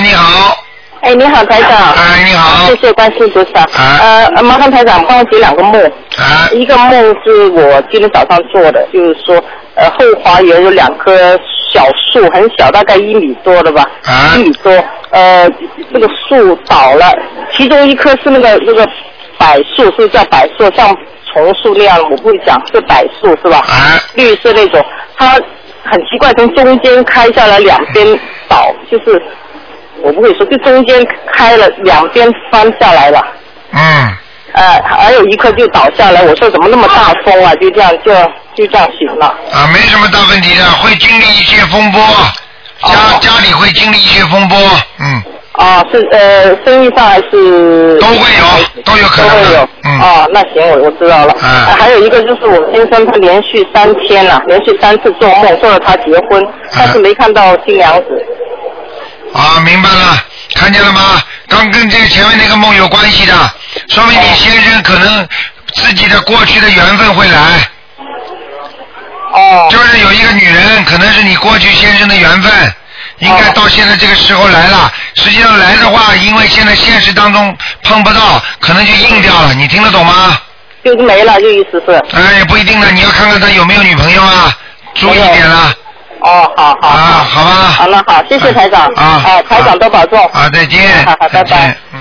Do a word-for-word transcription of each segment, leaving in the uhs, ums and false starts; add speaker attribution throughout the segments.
Speaker 1: 你好。
Speaker 2: 哎，你好，台长。
Speaker 1: 哎，你好。
Speaker 2: 谢谢观世菩萨。啊、呃，麻烦台长帮我解两个梦。
Speaker 1: 啊。
Speaker 2: 一个梦是我今天早上做的，就是说，呃，后花园有两棵小树，很小，大概一米多的吧。啊。一米多，呃，这个树倒了，其中一棵是那个那个柏树，是叫柏树，像丛树那样，我不会讲是柏树是吧？啊。绿色那种，它很奇怪，从中间开下来，两边倒，就是。我不会说，就中间开了，两边翻下来了。嗯。呃，还有一颗就倒下来，我说怎么那么大风啊？就这样就就这样醒了。
Speaker 1: 啊，没什么大问题的，会经历一些风波，家、哦、家里会经历一些风波，嗯。
Speaker 2: 啊，是呃，生意上还是
Speaker 1: 都会有，都有可能的。
Speaker 2: 都会有。嗯。啊，那行，我我知道了。嗯、啊。还有一个就是我先生，他连续三天了，连续三次做梦，做了他结婚，但是没看到新娘子。
Speaker 1: 啊，明白了，看见了吗？刚跟这个前面那个梦有关系的，说明你先生可能自己的过去的缘分会来。哦。就是有一个女人，可能是你过去先生的缘分，应该到现在这个时候来了。实际上来的话，因为现在现实当中碰不到，可能就硬掉了。你听得懂吗？
Speaker 2: 就是没了，就意思是。
Speaker 1: 哎，也不一定了，你要看看他有没有女朋友啊，注意点了。
Speaker 2: 哦，好好
Speaker 1: 啊，好吧。
Speaker 2: 好了，好，谢谢台长。啊，哎，台长多保重。
Speaker 1: 啊，再见。
Speaker 2: 好好，拜拜。
Speaker 1: 嗯。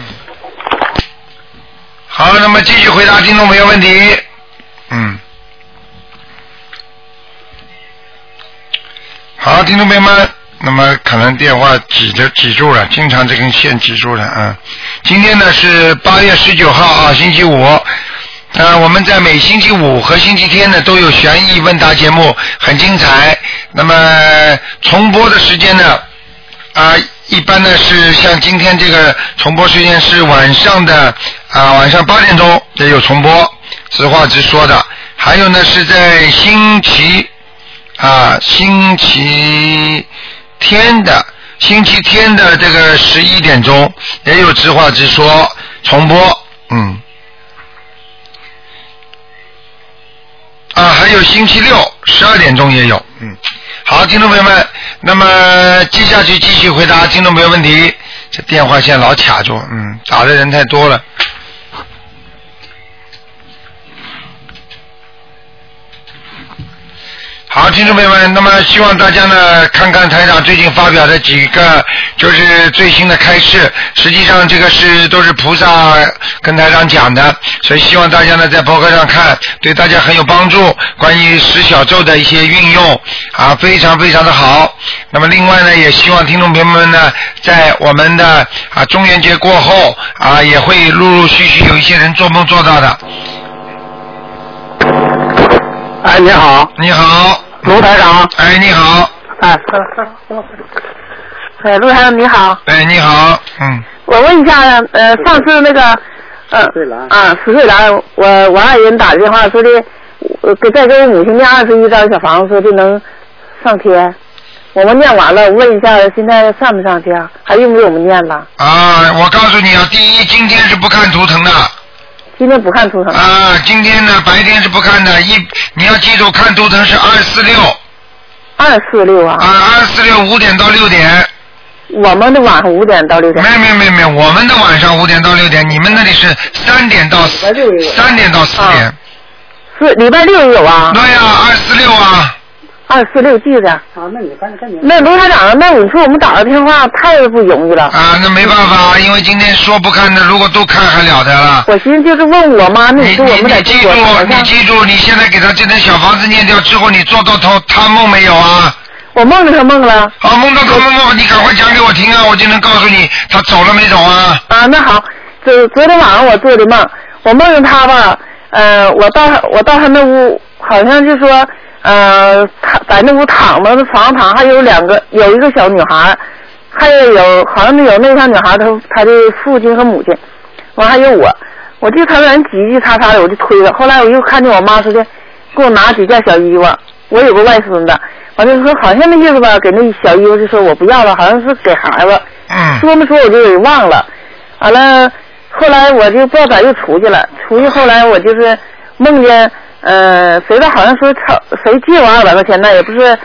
Speaker 1: 好，那么继续回答听众朋友问题。嗯。好，听众朋友们，那么可能电话挤着挤住了，经常这根线挤住了啊。今天呢是八月十九号啊，星期五。呃，我们在每星期五和星期天呢都有悬疑问答节目，很精彩。那么重播的时间呢，啊、呃，一般呢是像今天这个重播时间是晚上的啊、呃、晚上八点钟也有重播，直话直说的。还有呢是在星期啊、呃、星期天的星期天的这个十一点钟也有直话直说重播，嗯。啊，还有星期六十二点钟也有，嗯，好，听众朋友们，那么接下去继续回答听众朋友问题。这电话线老卡住，嗯，打的人太多了。好，听众朋友们，那么希望大家呢看看台长最近发表的几个就是最新的开示，实际上这个是都是菩萨跟台长讲的，所以希望大家呢在博客上看，对大家很有帮助。关于十小咒的一些运用啊，非常非常的好。那么另外呢，也希望听众朋友们呢，在我们的啊中元节过后啊，也会陆陆续续有一些人做梦做到的。
Speaker 3: 哎，你好。
Speaker 1: 你好。
Speaker 3: 卢台长。
Speaker 1: 哎，你好。
Speaker 3: 哎，哎，卢台长你好。
Speaker 1: 哎，你好。嗯。
Speaker 3: 我问一下，呃，上次那个，呃，啊，石穗兰，我我爱人打的电话说的，呃，给再给我母亲念二十一张小房子，说的能上天。我们念完了，问一下现在上没上天，还用不用我们念了？
Speaker 1: 啊，我告诉你啊，第一，今天是不看图腾的。
Speaker 3: 今天不看图腾
Speaker 1: 啊，今天呢白天是不看的，一你要记住看图腾是二四六。
Speaker 3: 二四六啊。
Speaker 1: 啊，二四六五点到六点。
Speaker 3: 我们的晚上五点到六点。
Speaker 1: 没没没没，我们的晚上五点到六点，你们那里是三点到四三点到四点。啊、
Speaker 3: 是礼拜六也有啊。
Speaker 1: 对呀、啊，二四六啊。
Speaker 3: 二四六记着。啊，那你赶紧赶紧。那卢台长，那你说我们打个电话太不容易了。
Speaker 1: 啊，那没办法，因为今天说不看的，如果都看还了得了。
Speaker 3: 我寻思就是问我妈，那你说我们在中国。
Speaker 1: 你记住，你记住，你现在给他这间小房子念掉之后，你做到头，他梦没有啊？
Speaker 3: 我梦到他梦了。
Speaker 1: 好，梦到他梦梦，你赶快讲给我听啊，我就能告诉你他走了没走啊。
Speaker 3: 啊，那好，昨昨天晚上我做的梦，我梦见他吧，呃，我到我到他那屋，好像就说。呃，他在那屋躺着，那床上躺还有两个，有一个小女孩，还有好像有那个小女孩，她她的父亲和母亲，完还有我，我就看人急急叉叉的，我就推了。后来我又看见我妈说的，给我拿几件小衣服，我有个外孙子，完了说好像那意思吧，给那小衣服就说我不要了，好像是给孩子，
Speaker 1: 嗯，
Speaker 3: 说没说我就给忘了。完了，后来我就不知道咋又出去了，出去后来我就是梦见。呃，谁的好像说超谁借我二百块钱呢？也不是，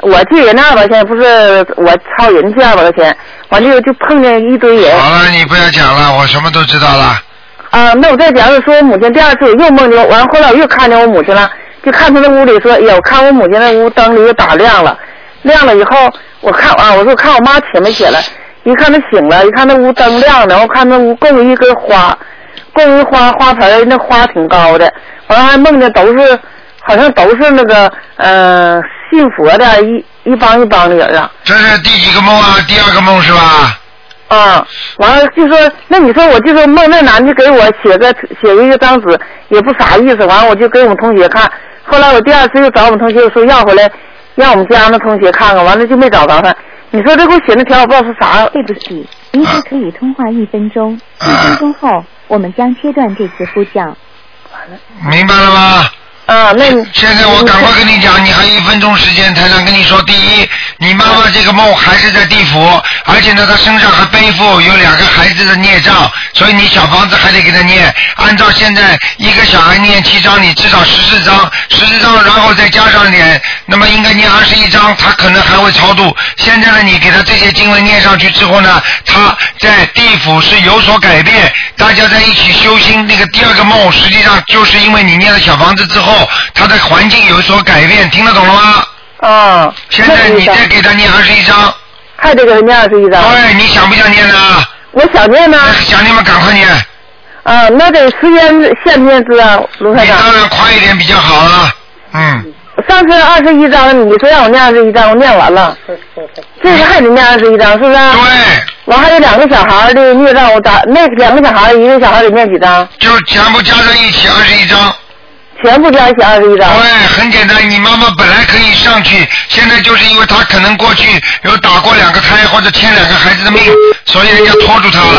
Speaker 3: 我借人二百块钱，不是我抄人借二百块钱，完了就碰见一堆人。
Speaker 1: 好了，你不要讲了，我什么都知道了。
Speaker 3: 啊，那我再讲是说，我母亲第二次又梦见，完后来我又看见我母亲了，就看她那屋里说，哎呀，我看我母亲那屋灯里又打亮了，亮了以后，我看啊，我说我看我妈起没起来，一看她醒了，一看那屋灯亮的，我看那屋供一根花，供一花花盆，那花挺高的，完了还梦见都是，好像都是那个呃信佛的一一帮一帮的人啊。
Speaker 1: 这是第几个梦啊？第二个梦是吧？
Speaker 3: 啊，完了就说，那你说我就说梦那男的给我写个写一个张纸，也不啥意思。完了我就给我们同学看，后来我第二次又找我们同学说要回来，让我们家那同学看看，完了就没找着他。你说这给我写那条我不知道是啥。
Speaker 4: 对不起，您只可以通话一分钟，一分钟后我们将切断这次呼叫。
Speaker 1: 明白了吗？
Speaker 3: 啊，那
Speaker 1: 现在我赶快跟你讲，你还有一分钟时间，台长跟你说，第一，你妈妈这个梦还是在地府，而且呢，她身上还背负有两个孩子的孽障，所以你小房子还得给她念。按照现在一个小孩念七章，你至少十四章，十四章，然后再加上点，那么应该念二十一章，他可能还会超度。现在呢，你给他这些经文念上去之后呢，他在地府是有所改变，大家在一起修心。那个第二个梦，实际上就是因为你念了小房子之后，他的环境有所改变，听得懂了吗？
Speaker 3: 啊。
Speaker 1: 现在你再给他念二十一章。
Speaker 3: 还得给他念二十一章。
Speaker 1: 对，你想不想念呢？
Speaker 3: 我想念呢。
Speaker 1: 想念嘛，赶快念。
Speaker 3: 啊，那得时间限不限制啊，卢台长？
Speaker 1: 你当然快一点比较好了。嗯。
Speaker 3: 上次二十一章，你说让我念二十一章，我念完了。这个还得念二十一章，是不是？
Speaker 1: 对。
Speaker 3: 完还有两个小孩的孽障，我打那两个小孩，一个小孩得念几张？
Speaker 1: 就全部加在一起二十一章。
Speaker 3: 全部加一起二十一张。
Speaker 1: 对，很简单，你妈妈本来可以上去，现在就是因为她可能过去有打过两个胎或者牵两个孩子的命，所以人家拖住她了。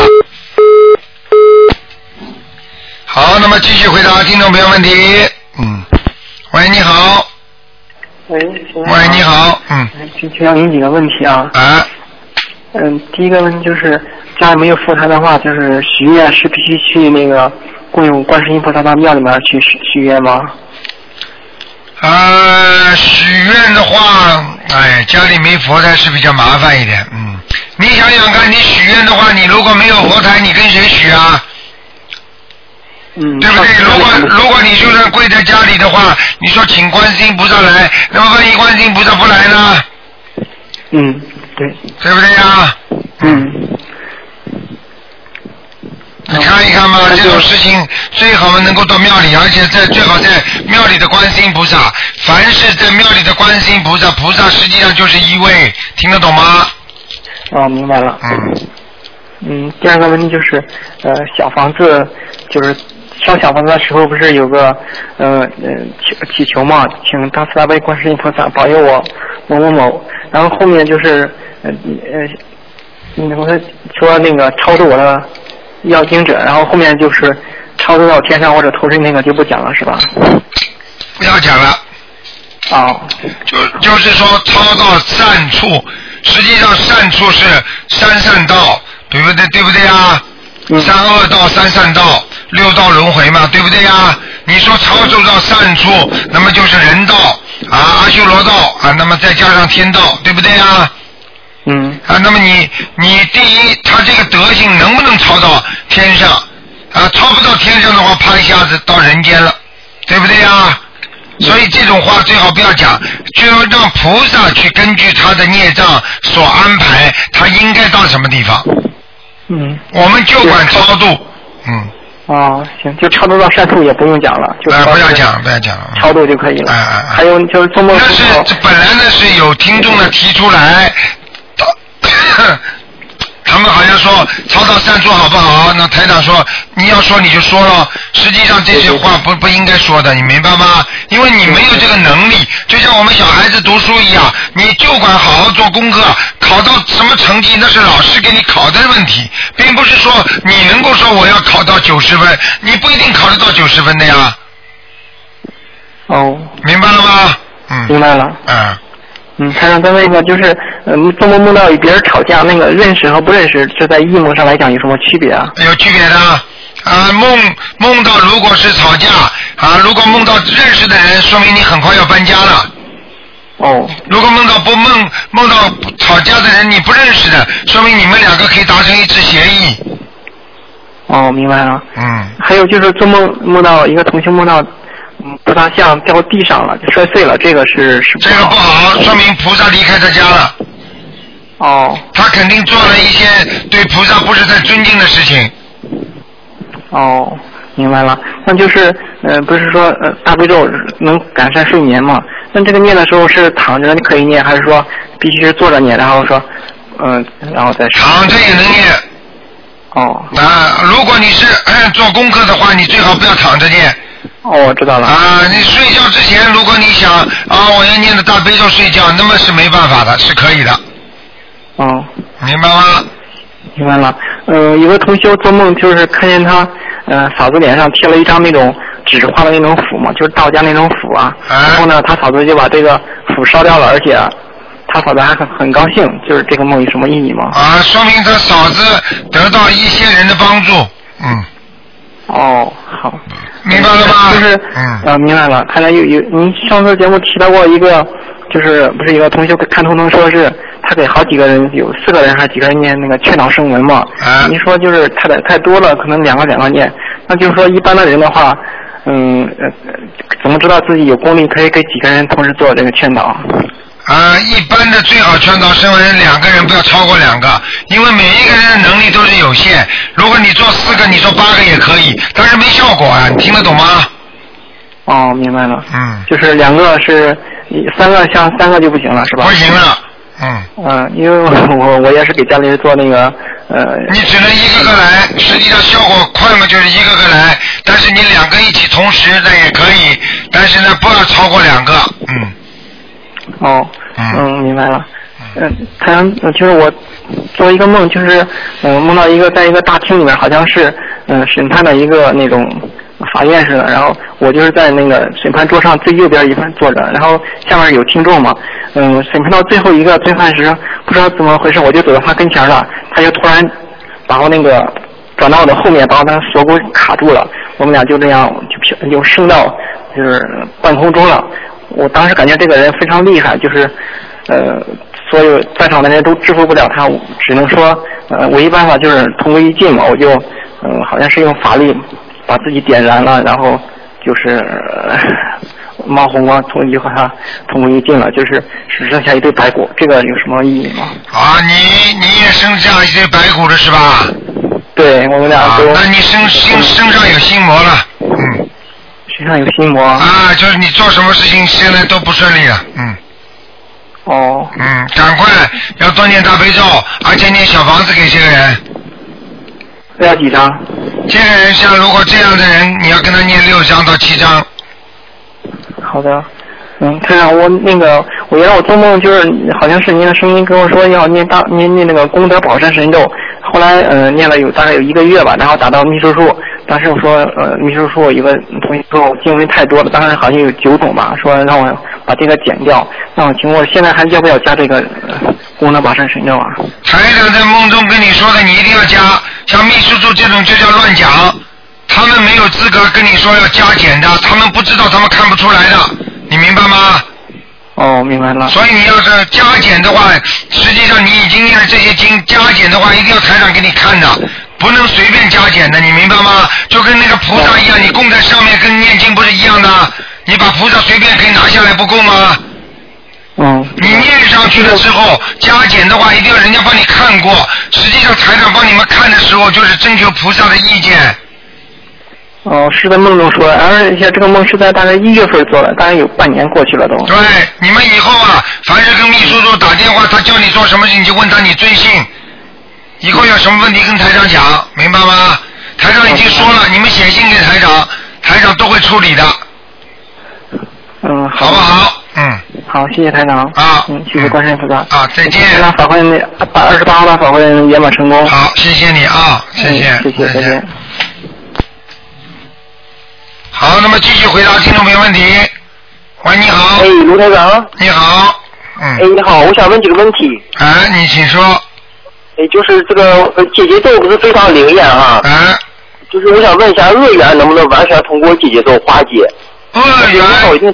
Speaker 1: 好，那么继续回答听众朋友问题。嗯，喂，你好。
Speaker 5: 喂，
Speaker 1: 喂，你好，嗯。
Speaker 5: 请请教您几个问题啊。
Speaker 1: 啊。
Speaker 5: 嗯，第一个问题就是家里没有佛台的话，就是许愿是必须去那个供养观世音菩萨到庙里面去许许愿吗？
Speaker 1: 呃，许愿的话，哎，家里没佛台是比较麻烦一点，嗯。你想想看，你许愿的话，你如果没有佛台，你跟谁许啊？
Speaker 5: 嗯，
Speaker 1: 对不对？如果如果你就算跪在家里的话，你说请观世音菩萨来，那么万一观世音菩萨不来呢？
Speaker 5: 嗯，对。
Speaker 1: 对不对呀？
Speaker 5: 嗯。
Speaker 1: 你看一看嘛，这种事情最好嘛能够到庙里，而且在最好在庙里的观世音菩萨，凡是在庙里的观世音菩萨，菩萨实际上就是一位，听得懂吗？
Speaker 5: 哦，明白了。
Speaker 1: 嗯。
Speaker 5: 嗯，第二个问题就是，呃，小房子就是烧小房子的时候，不是有个呃呃祈祈求嘛，请大慈大悲观世音菩萨保佑我某某某，然后后面就是呃呃，你怎么说那个超度我的要经者，然后后面就是超度到天上或者投身那个就不讲了，是吧？
Speaker 1: 不要讲了。
Speaker 5: 哦。
Speaker 1: 就就是说超到善处，实际上善处是三善道，对不对？对不对啊？
Speaker 5: 嗯、
Speaker 1: 三恶道、三善道、六道轮回嘛，对不对呀？你说超度到善处，那么就是人道啊、阿修罗道啊，那么再加上天道，对不对呀？
Speaker 5: 嗯。
Speaker 1: 啊，那么你你第一，他这个德性能不能超到天上？啊，超不到天上的话，啪一下子到人间了，对不对呀？所以这种话最好不要讲，就要让菩萨去根据他的孽障所安排，他应该到什么地方。
Speaker 5: 嗯。
Speaker 1: 我们就管超度。嗯。
Speaker 5: 哦，行，就超度到善处也不用讲了，就、
Speaker 1: 呃、不要讲，不要讲了，
Speaker 5: 超度就可以了。
Speaker 1: 哎哎哎。
Speaker 5: 还有就是做梦。
Speaker 1: 那是这本来呢是有听众呢提出来，他们好像说超到善处好不好？那台长说你要说你就说了，实际上这些话不不应该说的，你明白吗？因为你没有这个能力，就像我们小孩子读书一样，你就管好好做功课，考到什么成绩那是老师给你考的问题，并不是说你能够说我要考到九十分，你不一定考得到九十分的呀。
Speaker 5: 哦。
Speaker 1: 明白了吗？嗯。
Speaker 5: 明白了。
Speaker 1: 嗯。
Speaker 5: 嗯，台长再问一个，就是嗯，做梦梦到与别人吵架，那个认识和不认识，这在意梦上来讲有什么区别啊？
Speaker 1: 有区别的啊，梦梦到如果是吵架啊，如果梦到认识的人，说明你很快要搬家了。
Speaker 5: 哦。
Speaker 1: 如果梦到不梦梦到吵架的人你不认识的，说明你们两个可以达成一致协议。
Speaker 5: 哦，明白了。
Speaker 1: 嗯。
Speaker 5: 还有就是做梦梦到一个同学梦到，嗯，菩萨像掉地上了，就摔碎了，这个是是
Speaker 1: 这个不好，说明菩萨离开他家了。
Speaker 5: 哦。
Speaker 1: 他肯定做了一些对菩萨不是太尊敬的事情。
Speaker 5: 哦，明白了。那就是呃，不是说呃大悲咒能改善睡眠吗？那这个念的时候是躺着可以念，还是说必须是坐着念？然后说，嗯、呃，然后再
Speaker 1: 躺着也能念。
Speaker 5: 哦。
Speaker 1: 啊，如果你是嗯做功课的话，你最好不要躺着念。
Speaker 5: 哦，我知道了。
Speaker 1: 啊，你睡觉之前，如果你想啊，我要念的大悲咒睡觉，那么是没办法的，是可以的。
Speaker 5: 哦。
Speaker 1: 明白吗？
Speaker 5: 明白了。呃，有个同学做梦就是看见他，呃，嫂子脸上贴了一张那种纸画的那种符嘛，就是道家那种符啊。
Speaker 1: 啊。
Speaker 5: 然后呢，他嫂子就把这个符烧掉了，而且他嫂子还很很高兴。就是这个梦有什么意义吗？
Speaker 1: 啊，说明他嫂子得到一些人的帮助。嗯。
Speaker 5: 哦，好。
Speaker 1: 明白了吗？
Speaker 5: 就是，嗯，呃，明白了。看来有有，您上次节目提到过一个，就是不是一个同学看图腾说是他给好几个人，有四个人还是几个人念那个劝导声文嘛？
Speaker 1: 啊。
Speaker 5: 您说就是太太太多了，可能两个两个念，那就是说一般的人的话，嗯，呃，怎么知道自己有功力可以给几个人同时做这个劝导？
Speaker 1: 啊，一般的最好劝导声闻两个人不要超过两个，因为每一个人的能力都是有限。如果你做四个，你做八个也可以，但是没效果啊，你听得懂吗？
Speaker 5: 哦，明白了。
Speaker 1: 嗯。
Speaker 5: 就是两个是三个，像三个就不行了，是吧？
Speaker 1: 不行了。嗯。
Speaker 5: 嗯，因为我我也是给家里人做那个呃。
Speaker 1: 你只能一个个来，实际上效果快嘛，就是一个个来，但是你两个一起同时那也可以，但是呢不要超过两个，嗯。
Speaker 5: 哦，嗯，明白了。嗯，太阳，就是我做一个梦，就是嗯梦到一个在一个大厅里面，好像是嗯审判的一个那种法院似的，然后我就是在那个审判桌上最右边一边坐着，然后下面有听众嘛，嗯，审判到最后一个罪犯时，不知道怎么回事，我就走到他跟前了，他就突然把我那个转到我的后面，把我的锁骨卡住了，我们俩就这样就飘就升到就是半空中了。我当时感觉这个人非常厉害，就是呃所有在场的人都制服不了他，只能说呃唯一办法就是同归于尽嘛，我就嗯、呃、好像是用法力把自己点燃了，然后就是呃冒红光，从就和他同归于尽了，就是只剩下一堆白骨，这个有什么意义吗？
Speaker 1: 啊，你你也剩下一堆白骨了是吧？
Speaker 5: 对，我们俩都。
Speaker 1: 啊、那你身身身上有心魔了，嗯。
Speaker 5: 身上有心魔
Speaker 1: 啊，就是你做什么事情现在都不顺利了，嗯。
Speaker 5: 哦。
Speaker 1: 嗯，赶快要多念大悲咒，而且念小房子给这个人。
Speaker 5: 要几张？
Speaker 1: 这个人像如果这样的人，你要跟他念六张到七张。
Speaker 5: 好的。嗯，看看我那个，我原来我做梦就是好像是您的声音跟我说要念大念念那个功德宝山神咒，后来呃念了有大概有一个月吧，然后打到秘书处，当时我说呃秘书处有一个同学说我经文太多了，当时好像有九种吧，说让我把这个减掉，让我请问现在还要不要加这个、呃、功德宝山神咒啊？
Speaker 1: 台长在梦中跟你说的，你一定要加，像秘书处这种就叫乱讲，他们没有资格跟你说要加减的，他们不知道，他们看不出来的。你明白吗？
Speaker 5: 哦，明白了。
Speaker 1: 所以你要是加减的话，实际上你已经念了这些经，加减的话一定要台长给你看的，不能随便加减的，你明白吗？就跟那个菩萨一样，你供在上面跟念经不是一样的，你把菩萨随便可以拿下来不够吗？
Speaker 5: 嗯。
Speaker 1: 你念上去了之后，加减的话一定要人家帮你看过，实际上台长帮你们看的时候就是征求菩萨的意见。
Speaker 5: 哦，是在梦中说，而且这个梦是在大概一月份做的，大概有半年过去了都。
Speaker 1: 对，你们以后啊，凡是跟秘书处打电话，他叫你做什么事，你就问他你尊姓，以后有什么问题跟台长讲，明白吗？台长已经说了，你们写信给台长，台长都会处理的。
Speaker 5: 嗯，
Speaker 1: 好不好？嗯。
Speaker 5: 好，谢谢台长。
Speaker 1: 啊。
Speaker 5: 嗯，谢谢观世音菩萨。
Speaker 1: 啊，再见。
Speaker 5: 台长法会把二十八号的法会圆满成功。
Speaker 1: 好，谢谢你啊，谢谢。
Speaker 5: 嗯、谢谢，再见。
Speaker 1: 好，那么继续回答听众朋友问题。喂，你好。
Speaker 6: 哎，卢台长。
Speaker 1: 你好。嗯。
Speaker 6: 哎，你好，我想问几个问题。
Speaker 1: 哎，你请说。
Speaker 6: 哎，就是这个呃姐姐咒不是非常灵验哈。
Speaker 1: 哎。
Speaker 6: 就是我想问一下，恶缘能不能完全通过姐姐咒化解？
Speaker 1: 恶缘。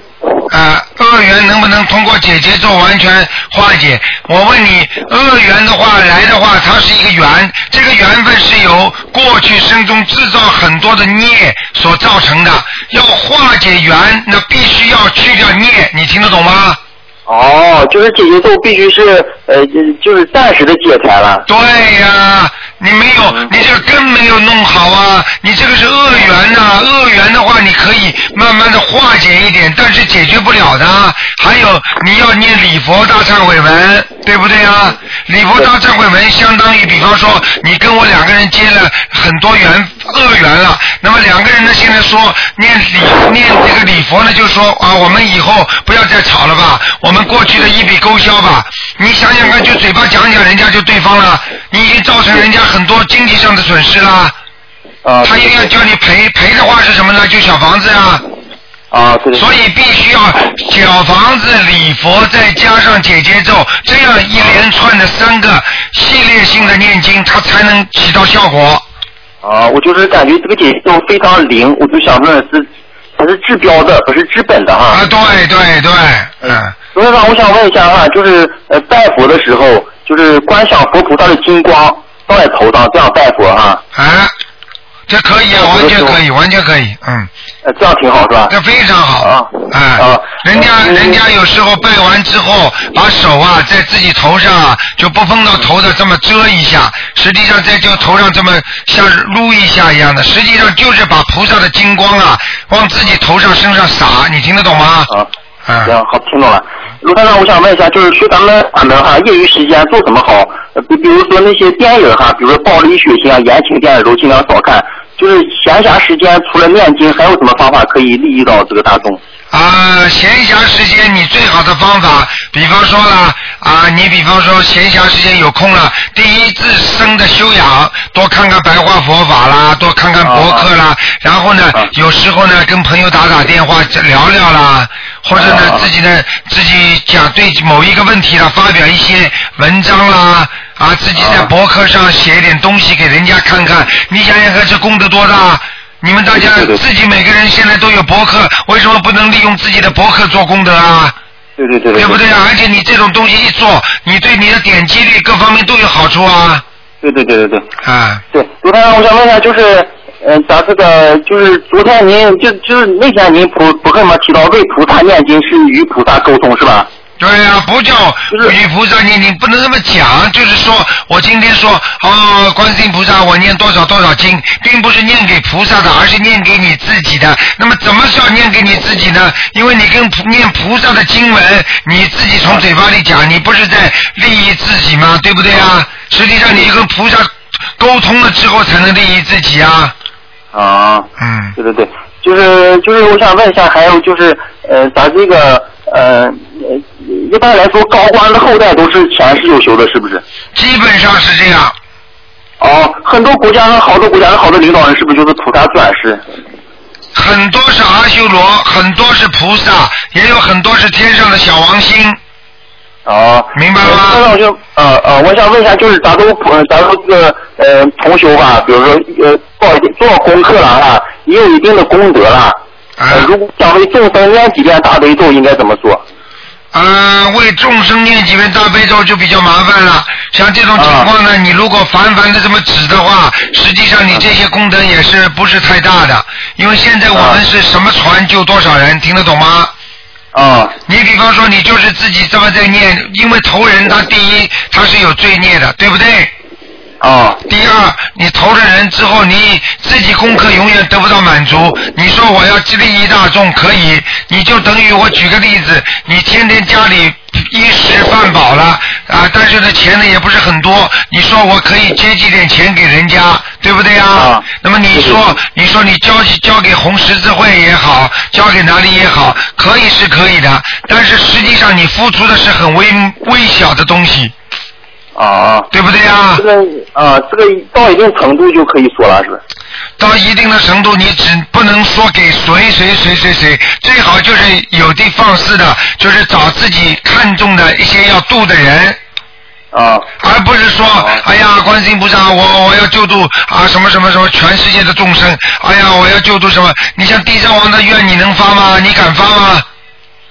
Speaker 1: 啊，恶缘能不能通过解结咒完全化解？我问你，恶缘的话来的话，它是一个缘，这个缘分是由过去生中制造很多的孽所造成的。要化解缘，那必须要去掉孽，你听得懂吗？
Speaker 6: 哦，就是解结咒必须是呃，就是暂时的解开了。
Speaker 1: 对呀、啊，你没有，你这个根没有弄好啊！你这个是恶缘呐、啊，恶缘的话你可以慢慢的化解一点，但是解决不了的。还有你要念礼佛大忏悔文，对不对啊？礼佛大忏悔文相当于，比方说你跟我两个人结了很多缘恶缘了，那么两个人呢现在说念礼念这个礼佛呢，就说啊，我们以后不要再吵了吧，我们过去的一笔勾销吧。你想想看，就嘴巴讲讲人家就对方了，你已经造成人家很多经济上的损失啦。
Speaker 6: 啊。
Speaker 1: 他又要叫你赔，赔的话是什么呢？就小房子啊。
Speaker 6: 啊，对。
Speaker 1: 所以必须要小房子、礼佛，再加上解结咒，这样一连串的三个系列性的念经，它才能起到效果。
Speaker 6: 啊，我就是感觉这个解结咒非常灵，我就想问的是，它是治标的，不是治本的哈。
Speaker 1: 啊，对对对，嗯。
Speaker 6: 所以说，我想问一下哈，就是呃拜佛的时候，就是观想佛菩萨的金光放在头上，这样拜佛哈。
Speaker 1: 啊，这可以啊，完全可以，完全可以，嗯。
Speaker 6: 呃，这样挺好是吧？
Speaker 1: 这非常好啊！哎、啊，人家人家有时候拜完之后，把手啊在自己头上啊就不碰到头的这么遮一下，实际上在就头上这么像撸一下一样的，实际上就是把菩萨的金光啊往自己头上身上洒，你听得懂吗？
Speaker 6: 啊。啊，行，好，听懂了。卢台长，我想问一下，就是去咱们俺们哈业余时间做什么好？比比如说那些电影哈，比如说暴力血腥啊、言情电影都尽量少看。就是闲暇时间除了念经，还有什么方法可以利益到这个大众？
Speaker 1: 啊，闲暇时间你最好的方法，比方说了啊，你比方说闲暇时间有空了，第一自身的修养，多看看白话佛法啦，多看看博客啦，啊、然后呢、啊，有时候呢跟朋友打打电话聊聊啦，或者呢、啊、自己呢自己讲对某一个问题啦，发表一些文章啦。啊，自己在博客上写一点东西给人家看看，你想想看这功德多大！你们大家自己每个人现在都有博客，为什么不能利用自己的博客做功德啊？
Speaker 6: 对对对，
Speaker 1: 对不对啊？而且你这种东西一做，你对你的点击率各方面都有好处啊。
Speaker 6: 对对对对对。
Speaker 1: 啊。
Speaker 6: 对，卢台长，我想问一下，就是嗯、呃，咱这个就是昨天您就就是那天您不不跟我们提到为菩萨念经是与菩萨沟通是吧？
Speaker 1: 对呀、啊，不叫与菩萨念经，不能这么讲。就是说我今天说哦，观世音菩萨，我念多少多少经，并不是念给菩萨的，而是念给你自己的。那么怎么叫念给你自己呢？因为你跟念菩萨的经文，你自己从嘴巴里讲，你不是在利益自己吗？对不对啊？实际上你跟菩萨沟通了之后，才能利益自己啊。
Speaker 6: 啊，
Speaker 1: 嗯，
Speaker 6: 对对对，就是就是我想问一下，还有就是呃，咱这个呃。一般来说，高官的后代都是前世有修的，是不是？
Speaker 1: 基本上是这样。
Speaker 6: 哦，很多国家和好多国家的好多领导人，是不是就是菩萨转世？
Speaker 1: 很多是阿修罗，很多是菩萨，也有很多是天上的小王星。
Speaker 6: 哦，
Speaker 1: 明白吗？
Speaker 6: 那我就呃呃，我想问一下，就是咱都咱都这个呃同修吧，比如说呃做做功课了啊，也有一定的功德了。啊、呃。如果想为众生念几遍大悲咒，应该怎么做？
Speaker 1: 呃，为众生念几遍大悲咒就比较麻烦了。像这种情况呢，啊、你如果凡凡的这么指的话，实际上你这些功德也是不是太大的。因为现在我们是什么船救多少人，听得懂吗？
Speaker 6: 啊。
Speaker 1: 你比方说你就是自己这么在念，因为投人他第一他是有罪孽的，对不对？
Speaker 6: 啊。
Speaker 1: 第二，你投了人之后，你自己功课永远得不到满足。你说我要利益大众可以，你就等于我举个例子，你天天家里衣食饭饱了啊，但是呢钱呢也不是很多，你说我可以接济点钱给人家，对不对啊？啊那么你说，你说你交交给红十字会也好，交给哪里也好，可以是可以的，但是实际上你付出的是很微微小的东西。
Speaker 6: 啊，
Speaker 1: 对不对啊？
Speaker 6: 这个啊，这个到一定程度就可以说了，是吧？
Speaker 1: 到一定的程度，你只不能说给谁谁谁谁谁，最好就是有的放矢的，就是找自己看重的一些要度的人。
Speaker 6: 啊，
Speaker 1: 而不是说，哎呀，观世音菩萨，我我要救度啊什么什么什么全世界的众生，哎呀，我要救度什么？你像地藏王的愿，你能发吗？你敢发吗？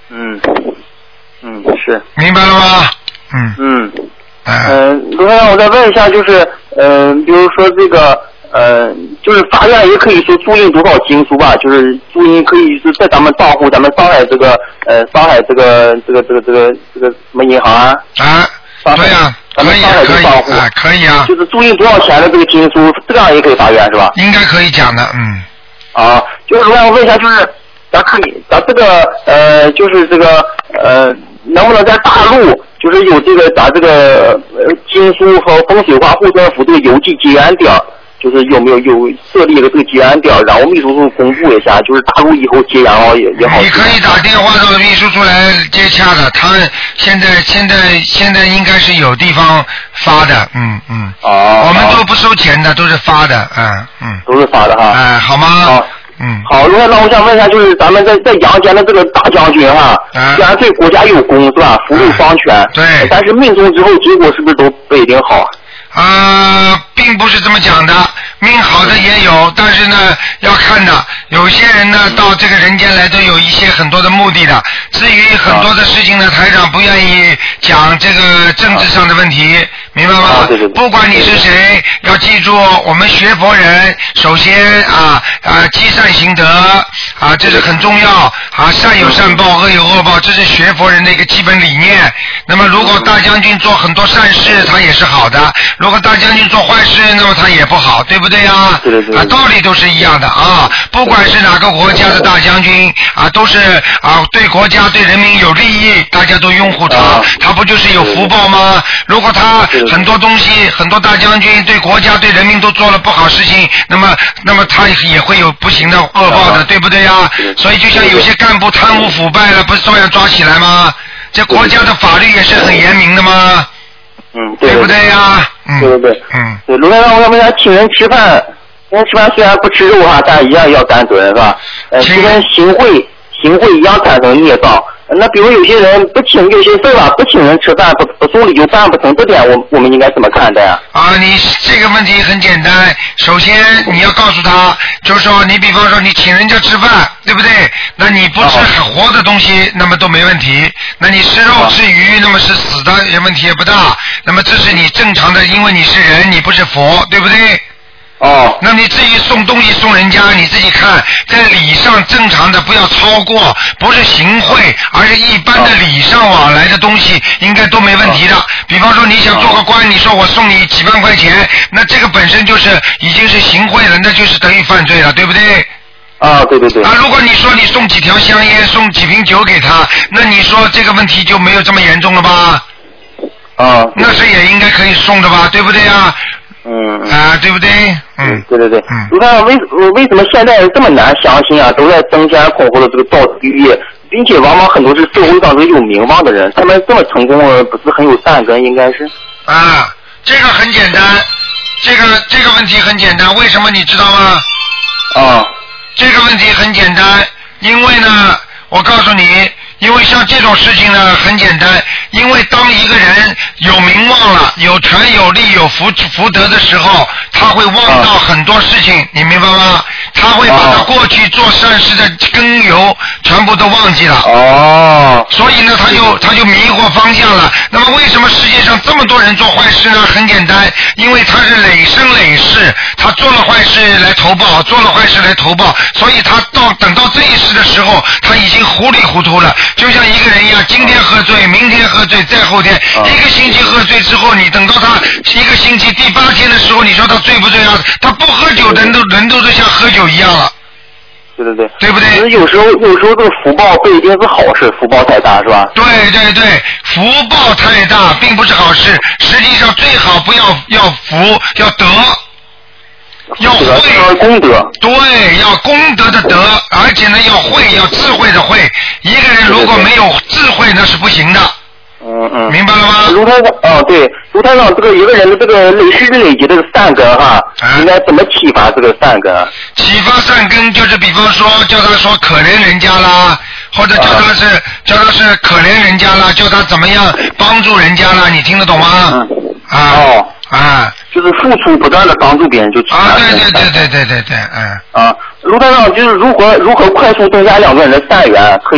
Speaker 6: 嗯嗯是。
Speaker 1: 明白了吗？嗯
Speaker 6: 嗯嗯，卢台长，我再问一下，就是嗯、呃，比如说这个呃，就是法院也可以说注印多少经书吧，就是注印可以是在咱们账户，咱们上海这个呃上海这个这个这个这个这个什么银行啊？
Speaker 1: 啊，对呀、啊，可以可以啊，可以啊。
Speaker 6: 就是注印多少钱的这个经书，这样也可以法院是吧？
Speaker 1: 应该可以讲的，嗯。
Speaker 6: 啊，就是卢台长问一下，就是咱可以咱这个呃，就是这个呃，能不能在大陆？就是有这个咱这个呃经书和风水画护身符这个邮寄结缘点，就是有没有有设立了这个结缘点，然后秘书处公布一下，就是大陆以后结缘哦也也好。
Speaker 1: 你可以打电话到秘书处来接洽的，他们现在现在现在应该是有地方发的，嗯嗯。
Speaker 6: 哦。
Speaker 1: 我们都不收钱的，都是发的，嗯嗯。
Speaker 6: 都是发的哈。
Speaker 1: 哎，好吗？
Speaker 6: 好。
Speaker 1: 嗯，
Speaker 6: 好，那那我想问一下，就是咱们在在阳间的这个大将军哈，
Speaker 1: 啊、
Speaker 6: 虽然对国家有功是吧，福禄双全，
Speaker 1: 啊、对，
Speaker 6: 但是命中之后结果是不是都不一定好？
Speaker 1: 啊、呃，并不是这么讲的，命好的也有，但是呢，要看的，有些人呢到这个人间来都有一些很多的目的的。至于很多的事情呢，台长不愿意讲这个政治上的问题，明白吗？
Speaker 6: 啊、对对对，
Speaker 1: 不管你是谁，要记住，我们学佛人首先啊啊积善行德啊，这是很重要啊，善有善报，恶有恶报，这是学佛人的一个基本理念。那么如果大将军做很多善事，他也是好的。如果大将军做坏事，那么他也不好，对不对啊？
Speaker 6: 对对对。
Speaker 1: 啊，道理都是一样的啊！不管是哪个国家的大将军啊，都是啊对国家对人民有利益，大家都拥护他，
Speaker 6: 啊、
Speaker 1: 他不就是有福报吗？如果他很多东西，很多大将军对国家对人民都做了不好事情，那么那么他也会有不行的恶报的，
Speaker 6: 啊、
Speaker 1: 对不对呀？所以就像有些干部贪污腐败了，不是照样抓起来吗？这国家的法律也是很严明的吗？
Speaker 6: 嗯，对
Speaker 1: 不对呀？嗯，
Speaker 6: 对对对，
Speaker 1: 嗯，
Speaker 6: 对，卢台长，我想问一下，请人吃饭，人吃饭虽然不吃肉哈，但一样要担责任是吧？呃，就跟行贿行贿一样产生孽障。那比如有些人不请，有些事吧，不请人吃饭，不不送礼就办不成，这点我我们应该怎么看待啊？
Speaker 1: 啊，你这个问题很简单，首先你要告诉他，就是说你比方说你请人家吃饭，对不对？那你不吃活的东西，那么都没问题。那你吃肉吃鱼，那么是死的，也问题也不大。那么这是你正常的，因为你是人，你不是佛，对不对？
Speaker 6: 哦，
Speaker 1: 那你至于送东西送人家，你自己看，在礼上正常的不要超过，不是行贿，而是一般的礼尚往来的东西，应该都没问题的。比方说你想做个官，你说我送你几万块钱，那这个本身就是已经是行贿了，那就是等于犯罪了，对不对？
Speaker 6: 啊，对对对。
Speaker 1: 啊，如果你说你送几条香烟，送几瓶酒给他，那你说这个问题就没有这么严重了吧？
Speaker 6: 啊，
Speaker 1: 那是也应该可以送的吧，对不对啊？
Speaker 6: 嗯
Speaker 1: 啊，对不对？嗯，
Speaker 6: 对对对。
Speaker 1: 嗯，
Speaker 6: 你看为为什么现在人这么难相信啊？都在争先恐后的这个造地狱，并且往往很多是社会上都有名望的人，他们这么成功，不是很有善根，应该是。
Speaker 1: 啊，这个很简单，这个这个问题很简单，为什么你知道吗？
Speaker 6: 啊。
Speaker 1: 这个问题很简单，因为呢，我告诉你。因为像这种事情呢，很简单。因为当一个人有名望了、有权有利、有福福德的时候，他会忘到很多事情，你明白吗？他会把他过去做善事的根由全部都忘记了。
Speaker 6: 哦。
Speaker 1: 所以呢，他就他就迷惑方向了。那么为什么世界上这么多人做坏事呢？很简单，因为他是累生累世，他做了坏事来投报，做了坏事来投报，所以他到等到这一世的时候，他已经糊里糊涂了。就像一个人一样，今天喝醉，明天喝醉，再后天，一个星期喝醉之后，你等到他一个星期第八天的时候，你说他醉不醉啊？他不喝酒，人都人都是像喝酒一样了。
Speaker 6: 对对对，
Speaker 1: 对不对？
Speaker 6: 有时候有时候这个福报不一定是好事，福报太大是吧？
Speaker 1: 对对对，福报太大并不是好事，实际上最好不要要福，要德。要慧
Speaker 6: 功德，
Speaker 1: 对，要功德的德，而且呢要慧，要智慧的慧。一个人如果没有智慧，那是不行的。
Speaker 6: 嗯嗯，
Speaker 1: 明白了吗？
Speaker 6: 卢台长，啊对，卢台长，这个一个人的这个累世累积的善根哈，啊、应该怎么启发这个善根？
Speaker 1: 启发善根就是比方说叫他说可怜人家啦，或者叫他是、啊、叫他是可怜人家啦，叫他怎么样帮助人家啦，你听得懂吗？
Speaker 6: 嗯、
Speaker 1: 啊。
Speaker 6: 哦。
Speaker 1: 啊，
Speaker 6: 就是付出不断的帮助别人就
Speaker 1: 啊，对对对对对对对，嗯。
Speaker 6: 啊，卢台长就是如何如何快速增加两个人的善缘，可以、啊、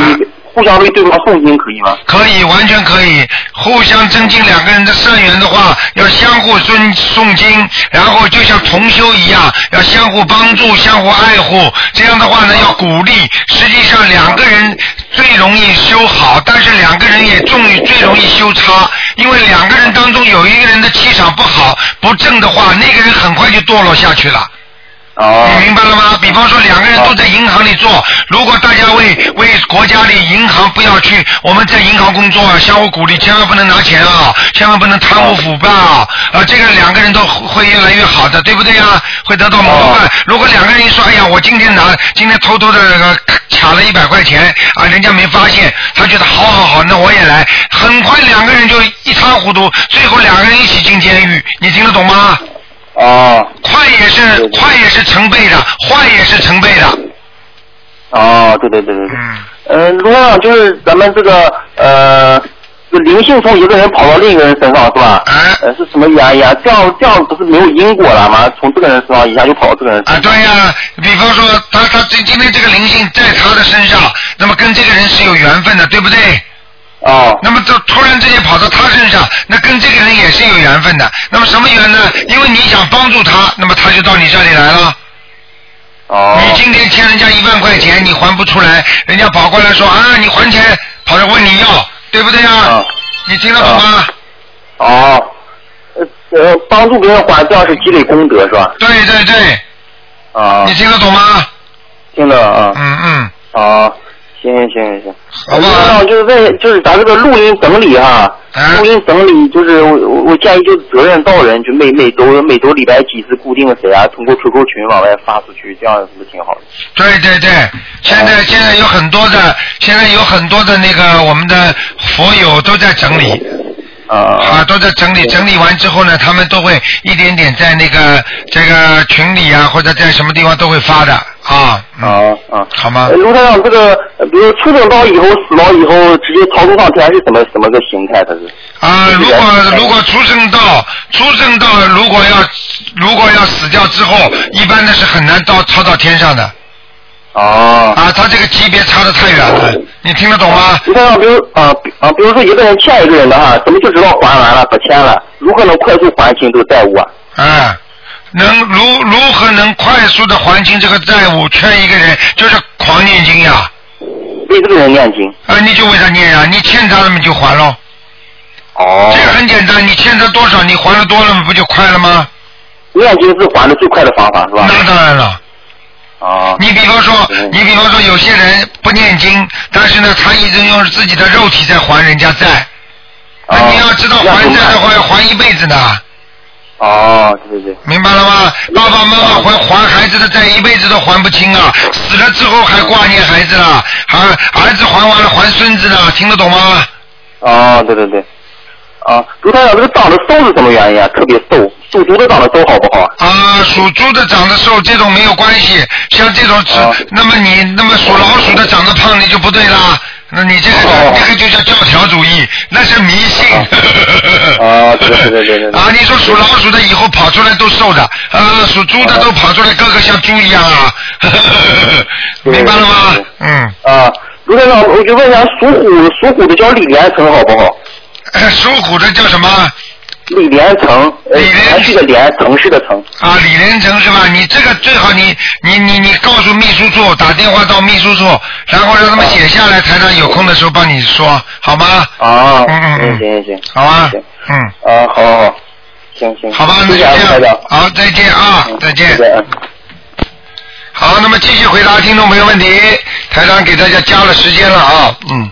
Speaker 6: 互相为对方诵经可以吗？
Speaker 1: 可以，完全可以。互相增进两个人的善缘的话，要相互尊诵经，然后就像同修一样，要相互帮助、相互爱护。这样的话呢，要鼓励。实际上两个人最容易修好，但是两个人也重于最容易修差，因为两个人当中有一个人的气场不好、不正的话，那个人很快就堕落下去了。
Speaker 6: 哦，
Speaker 1: 你明白了吗？比方说两个人都在银行里做，如果大家为为国家里银行不要去，我们在银行工作啊，相互鼓励，千万不能拿钱啊，千万不能贪污腐败啊，啊，这个两个人都会越来越好的，对不对呀？会得到模范。如果两个人一说，哎呀，我今天拿，今天偷偷的那个卡了一百块钱啊，人家没发现，他觉得好好好，那我也来，很快两个人就一塌糊涂，最后两个人一起进监狱，你听得懂吗？
Speaker 6: 哦，
Speaker 1: 快也是对对对快也是成倍的，坏也是成倍的。
Speaker 6: 哦，对对对对对。
Speaker 1: 嗯。
Speaker 6: 呃，卢台长，就是咱们这个呃，灵性从一个人跑到另一个人身上是吧？
Speaker 1: 哎。
Speaker 6: 呃，是什么原因啊？这样这样不是没有因果了吗？从这个人身上一下就跑到这个人身上。
Speaker 1: 啊，对呀、啊，比方说他他今今天这个灵性在他的身上，那么跟这个人是有缘分的，对不对？
Speaker 6: 哦。
Speaker 1: 那么这突然之间跑到他身上，那跟这个人也是有缘分的。那么什么缘呢？因为你想帮助他，那么他就到你这里来了。
Speaker 6: 哦。
Speaker 1: 你今天欠人家一万块钱，你还不出来，人家跑过来说啊，你还钱，跑来问你要，对不对啊？
Speaker 6: 哦、
Speaker 1: 你听得懂吗？
Speaker 6: 哦。呃呃，帮助别人还，这样是积累功德是吧？
Speaker 1: 对对对。
Speaker 6: 啊。
Speaker 1: 你听得懂吗？
Speaker 6: 听得啊。
Speaker 1: 嗯嗯。
Speaker 6: 啊。行行行行，
Speaker 1: 好不好？
Speaker 6: 就是问，就是咱这个录音整理哈，
Speaker 1: 啊、
Speaker 6: 录音整理就是我我建议就是责任到人，就每每周每周礼拜几次固定谁啊，通过 Q Q 群往外发出去，这样是不是挺好的？
Speaker 1: 对对对，现在、啊、现在有很多的，现在有很多的那个我们的佛友都在整理。
Speaker 6: 啊
Speaker 1: 啊，都在整理，整理完之后呢，他们都会一点点在那个这个群里啊，或者在什么地方都会发的啊。
Speaker 6: 啊啊，
Speaker 1: 好吗？
Speaker 6: 卢台长，这个比如出生到以后，死了以后，直接超度上天是什么什么个形态？它是？
Speaker 1: 啊，如果如果出生到出生到如果要如果要死掉之后，一般的是很难到超到天上的。
Speaker 6: 哦。
Speaker 1: 啊，他这个级别差得太远了，你听得懂吗？
Speaker 6: 你看，比如啊啊，比如说一个人欠一个人的哈，怎么就知道还完了不欠了？如何能快速还清这个债务啊？
Speaker 1: 啊，能如如何能快速的还清这个债务？欠一个人就是狂念经呀。
Speaker 6: 为这个人念经。
Speaker 1: 啊，你就为他念呀，你欠他了嘛就还喽。
Speaker 6: 哦。这
Speaker 1: 个很简单，你欠他多少，你还的多了不就快了吗？
Speaker 6: 念经是还的最快的方法是吧？
Speaker 1: 那当然了。
Speaker 6: 啊，
Speaker 1: 你比方说，你比方说，有些人不念经，但是呢，他一直用自己的肉体在还人家债。那、啊、你要知道，还债的话要还一辈子的。
Speaker 6: 哦，对对对。
Speaker 1: 明白了吗？爸爸妈妈还还孩子的债，一辈子都还不清啊！死了之后还挂念孩子了，还儿子还完了还孙子呢，听得懂吗？
Speaker 6: 哦，对对对。啊，卢台长，这个长得瘦是什么原因啊？特别瘦，属猪的长得瘦好不好啊？
Speaker 1: 啊，属猪的长得瘦，这种没有关系。像这种，啊、那么你那么属老鼠的长得胖，你就不对啦。那你这个、哦、这个就叫教条主义，那是迷信。
Speaker 6: 啊，对对对对对。
Speaker 1: 啊，你说属老鼠的以后跑出来都瘦的，啊，属猪的都跑出来个个像猪一样啊。明白了吗？嗯。
Speaker 6: 啊，卢台长，我就问一下，属虎属虎的叫李连成好不好？
Speaker 1: 属虎的叫什么？
Speaker 6: 李连成，
Speaker 1: 李连
Speaker 6: 续的连，城市的城。
Speaker 1: 啊，李连成是吧？你这个最好你你你你告诉秘书处，打电话到秘书处，然后让他们写下来，台长有空的时候帮你说，好吗？
Speaker 6: 啊，
Speaker 1: 嗯嗯
Speaker 6: 嗯，行行行，
Speaker 1: 好啊，嗯，
Speaker 6: 啊，好好好，行行，
Speaker 1: 好吧，那就这样，好，再见啊，嗯、再见。好，那么继续回答听众朋友问题，台长给大家加了时间了啊，嗯。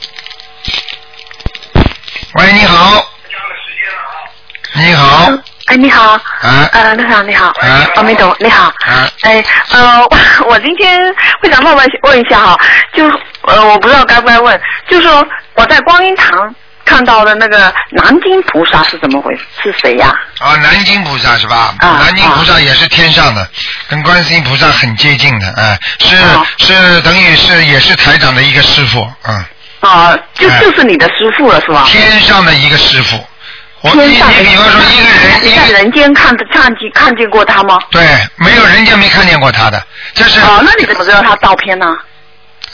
Speaker 1: 喂，你好。你好。
Speaker 7: 哎，你好。
Speaker 1: 啊。
Speaker 7: 呃，陆长你好。
Speaker 1: 啊。
Speaker 7: 阿弥陀，你好。
Speaker 1: 啊。
Speaker 7: 哎，呃，我今天会想问问问一下哈，就呃，我不知道该不该问，就是说我在观音堂看到的那个南京菩萨是怎么回事？是谁呀？
Speaker 1: 啊，南京菩萨是吧？
Speaker 7: 啊。
Speaker 1: 南京菩萨也是天上的，跟观世音菩萨很接近的，哎、呃，是、啊、是等于是也是台长的一个师傅，嗯。
Speaker 7: 啊，就就是你的师傅了是吧？
Speaker 1: 天上的一个师傅，我你你比方说一个人，
Speaker 7: 你在人间看看见看见过他吗？
Speaker 1: 对，没有人间没看见过他的，这是。
Speaker 7: 哦，那你怎么知道他照片呢？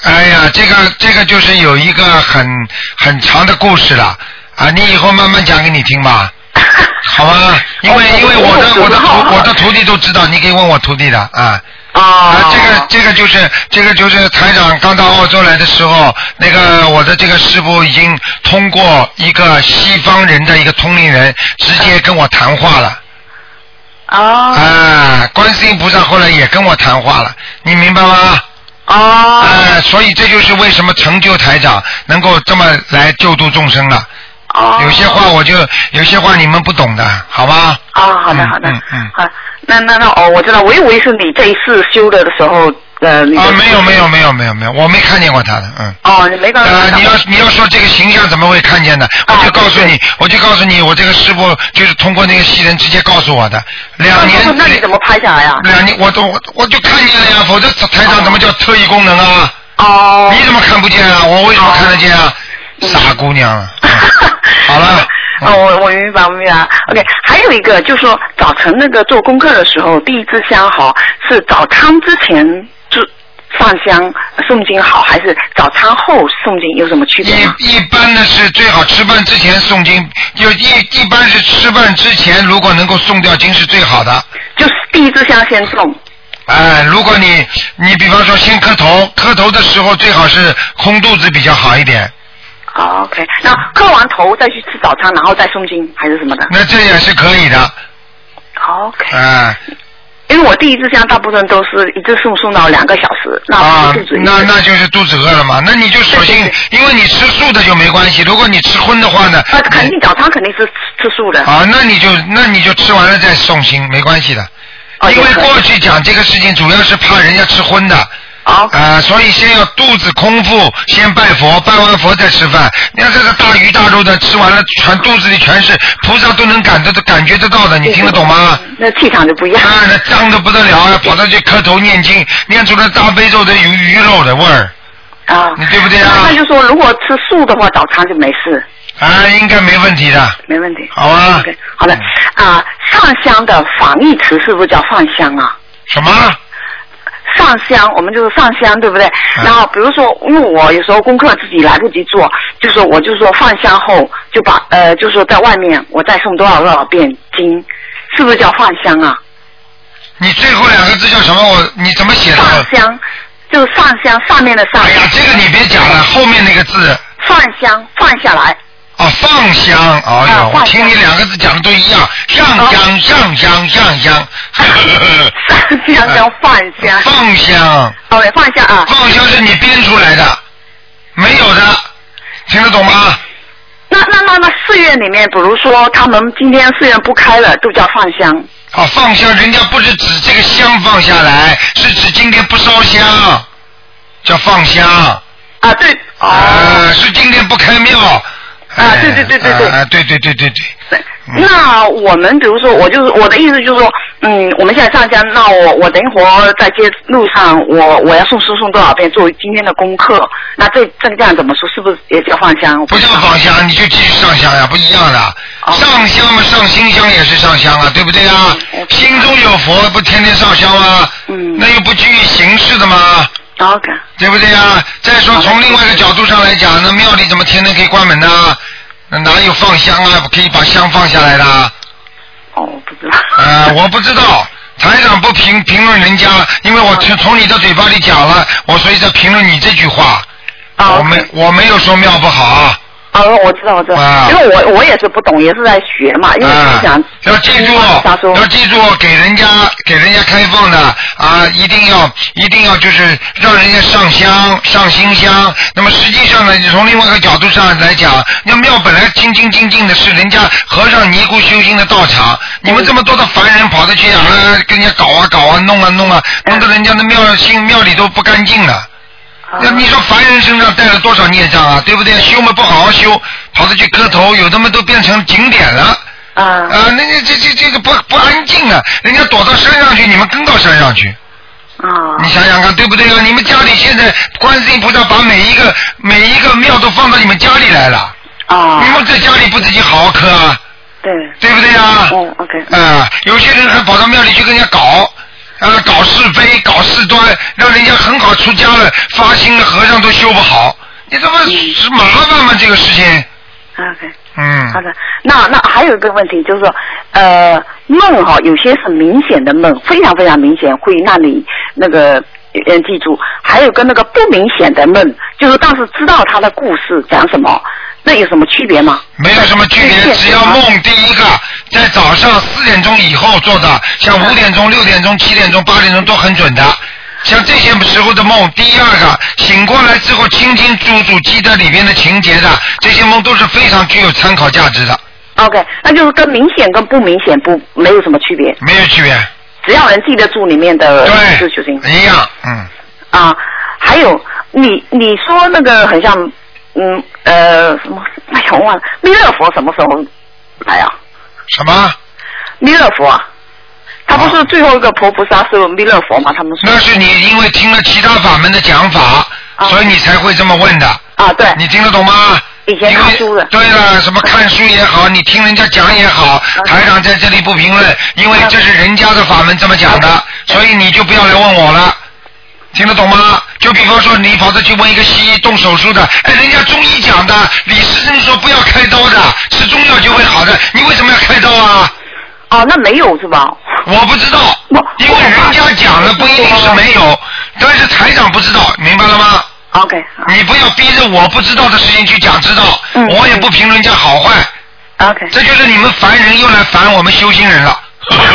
Speaker 1: 哎呀，这个这个就是有一个很很长的故事了啊！你以后慢慢讲给你听吧，好吧？因为因为我的我的徒我的徒弟都知道，你可以问我徒弟的啊。啊，这个这个就是这个就是台长刚到澳洲来的时候，那个我的这个师傅已经通过一个西方人的一个通灵人直接跟我谈话了。
Speaker 7: 哦。
Speaker 1: 啊，观世音菩萨后来也跟我谈话了，你明白吗？
Speaker 7: 哦。
Speaker 1: 啊，所以这就是为什么成就台长能够这么来救度众生了。
Speaker 7: 哦。
Speaker 1: 有些话我就有些话你们不懂的，好吧？
Speaker 7: 啊，好的好的。
Speaker 1: 嗯嗯。
Speaker 7: 好，那那那哦，我知道，我以为是你这一次修的的时候。呃，
Speaker 1: 啊，没有没有没有没有没有，我没看见过他的，嗯。
Speaker 7: 哦，你没看见。
Speaker 1: 呃，你要你要说这个形象怎么会看见的？我就告诉你，我就告诉你，我这个师傅就是通过那个戏人直接告诉我的。两年。
Speaker 7: 那你怎么拍下来呀？
Speaker 1: 两年，我都我我就看见了呀，否则台长怎么叫特异功能啊？
Speaker 7: 哦。
Speaker 1: 你怎么看不见啊？我为什么看得见啊？傻姑娘啊！好了。
Speaker 7: 哦，我我明白，我明白。OK， 还有一个就是说，早晨那个做功课的时候，第一支香好是早餐之前就上香诵经好，还是早餐后诵经有什么区别吗？
Speaker 1: 一一般的是最好吃饭之前诵经，就一一般是吃饭之前，如果能够诵掉经是最好的。
Speaker 7: 就是第一支香先诵。
Speaker 1: 哎，如果你你比方说先磕头，磕头的时候最好是空肚子比较好一点。
Speaker 7: 哦 OK， 那磕完头再去吃早餐，然后再诵经还是什么的？
Speaker 1: 那这也是可以的。
Speaker 7: OK。
Speaker 1: 哎。
Speaker 7: 因为我第一支香大部分都是一直诵诵到两个小时，那
Speaker 1: 啊，
Speaker 7: 肚子
Speaker 1: 那那就是肚子饿了嘛，那你就索性，因为你吃素的就没关系，如果你吃荤的话呢？
Speaker 7: 啊，肯定早餐肯定是吃素的。
Speaker 1: 啊，那你就那你就吃完了再诵经，没关系的。
Speaker 7: 哦、
Speaker 1: 因为过去讲这个事情，主要是怕人家吃荤的。
Speaker 7: 啊、
Speaker 1: 呃，所以先要肚子空腹，先拜佛，拜完佛再吃饭。你看这个大鱼大肉的吃完了，全肚子里全是，菩萨都能感得感觉得到的，你听得懂吗？
Speaker 7: 那气场就不一样。
Speaker 1: 啊，那脏得不得了啊！跑到去磕头念经，念出了大悲咒的鱼鱼肉的味儿。
Speaker 7: 啊，
Speaker 1: 你对不对啊？
Speaker 7: 那就说，如果吃素的话，早餐就没事。
Speaker 1: 啊，应该没问题的。
Speaker 7: 没问题。
Speaker 1: 好啊。
Speaker 7: Okay, 好的啊，上香的反义词是不是叫放香啊？
Speaker 1: 什么？
Speaker 7: 上香，我们就是上香，对不对？
Speaker 1: 嗯、
Speaker 7: 然后比如说，因为我有时候功课自己来不及做，就说我就说放香后就把呃，就说在外面我再诵多少多少遍经，是不是叫放香啊？
Speaker 1: 你最后两个字叫什么？我你怎么写的？
Speaker 7: 放香，就是上香上面的上。
Speaker 1: 哎呀，这个你别讲了，后面那个字。
Speaker 7: 放香，放下来。
Speaker 1: 哦，放香，哎呀，我听你两个字讲的都一样，上香，上香，上香，
Speaker 7: 上香放香，
Speaker 1: 放香，
Speaker 7: 哦，对，放香啊，
Speaker 1: 放香是你编出来的，没有的，听得懂吗？
Speaker 7: 那那那那寺院里面，比如说他们今天寺院不开了，都叫放香。
Speaker 1: 啊，放香，人家不是指这个香放下来，是指今天不烧香，叫放香。
Speaker 7: 啊，对。
Speaker 1: 啊、呃，是今天不开庙。
Speaker 7: 啊，对对对对对，
Speaker 1: 啊，对对对对对。
Speaker 7: 对，那我们比如说，我就是我的意思就是说，嗯，我们现在上香，那我我等一会儿在街路上，我我要诵诗诵多少遍，作为今天的功课，那这这个这样怎么说？是不是也叫放香？
Speaker 1: 不叫放香，你就继续上香呀，不一样的。哦、上香嘛，上心香也是上香啊，对不对啊？嗯、心中有佛，不天天上香吗？嗯。那又不拘于形式的吗？
Speaker 7: OK，
Speaker 1: 对不对呀？再说从另外一个角度上来讲，那庙里怎么天天可以关门呢？那哪有放香啊？可以把香放下来的？
Speaker 7: 哦，不知道。
Speaker 1: 呃，我不知道，台长不评评论人家，因为我从从你的嘴巴里讲了，我所以在评论你这句话。啊。我没我没有说庙不好。
Speaker 7: 哦，我知道，我知道，啊、因为我我也是不懂，也是在学嘛，因为是想、啊、
Speaker 1: 要记住，要记住，给人家给人家开放的啊，一定要一定要就是让人家上香上心香。那么实际上呢，你从另外一个角度上来讲，那庙本来清清净净的，是人家和尚尼姑修行的道场，你们这么多的凡人跑得去啊，跟人家搞啊搞啊，弄啊弄啊，弄得人家的庙心庙里都不干净了。那你说凡人身上带了多少孽障啊，对不对？修嘛不好好修，跑着去磕头，有的嘛都变成景点了。啊啊，那那这这这个不不安静啊！人家躲到山上去，你们跟到山上去。啊！你想想看，对不对啊？你们家里现在观世音菩萨把每一个每一个庙都放到你们家里来了。啊！你们在家里不自己好好磕啊？对。对不对啊？哦 ，OK。啊，有些人还跑到庙里去跟人家搞。 啊，搞是非，搞事端，让人家很好出家了，发心的和尚都修不好，你这不是麻烦吗？这个事情。
Speaker 7: OK。
Speaker 1: 嗯。
Speaker 7: 好的，那那还有一个问题就是说，呃，梦哈，有些是明显的梦，非常非常明显，会让你那个呃记住；还有跟那个不明显的梦，就是当时知道他的故事讲什么，那有什么区别吗？
Speaker 1: 没有什么区别，只要梦第一个在早上四点钟以后做的，像五点钟、六点钟、七点钟、八点钟都很准的。像这些时候的梦，第二个醒过来之后清清楚楚记得里边的情节的，这些梦都是非常具有参考价值的。
Speaker 7: OK， 那就是跟明显跟不明显不没有什么区别。
Speaker 1: 没有区别。
Speaker 7: 只要能记得住里面的字就行。
Speaker 1: 一样，嗯。
Speaker 7: 啊，还有你你说那个很像，嗯呃什么？哎呀，我忘了，弥勒佛什么时候来啊？
Speaker 1: 什么？
Speaker 7: 弥勒佛。他不是最后一个活菩萨是弥勒佛吗？他们说
Speaker 1: 那是你因为听了其他法门的讲法，啊、所以你才会这么问的。
Speaker 7: 啊，对。
Speaker 1: 你听得懂吗？
Speaker 7: 以前看书的。
Speaker 1: 对了，什么看书也好，你听人家讲也好，台长在这里不评论，因为这是人家的法门这么讲的，所以你就不要来问我了。听得懂吗？就比方说你跑着去问一个西医动手术的，哎，人家中医讲的，李时珍说不要开刀的，吃中药就会好的，你为什么要开刀啊？
Speaker 7: 哦，那没有是吧？
Speaker 1: 我不知道，因为人家讲了不一定是没有，但是台长不知道，明白了吗
Speaker 7: ？OK。
Speaker 1: 你不要逼着我不知道的事情去讲知道，嗯、我也不评论人家好坏。
Speaker 7: OK。
Speaker 1: 这就是你们凡人又来烦我们修心人了。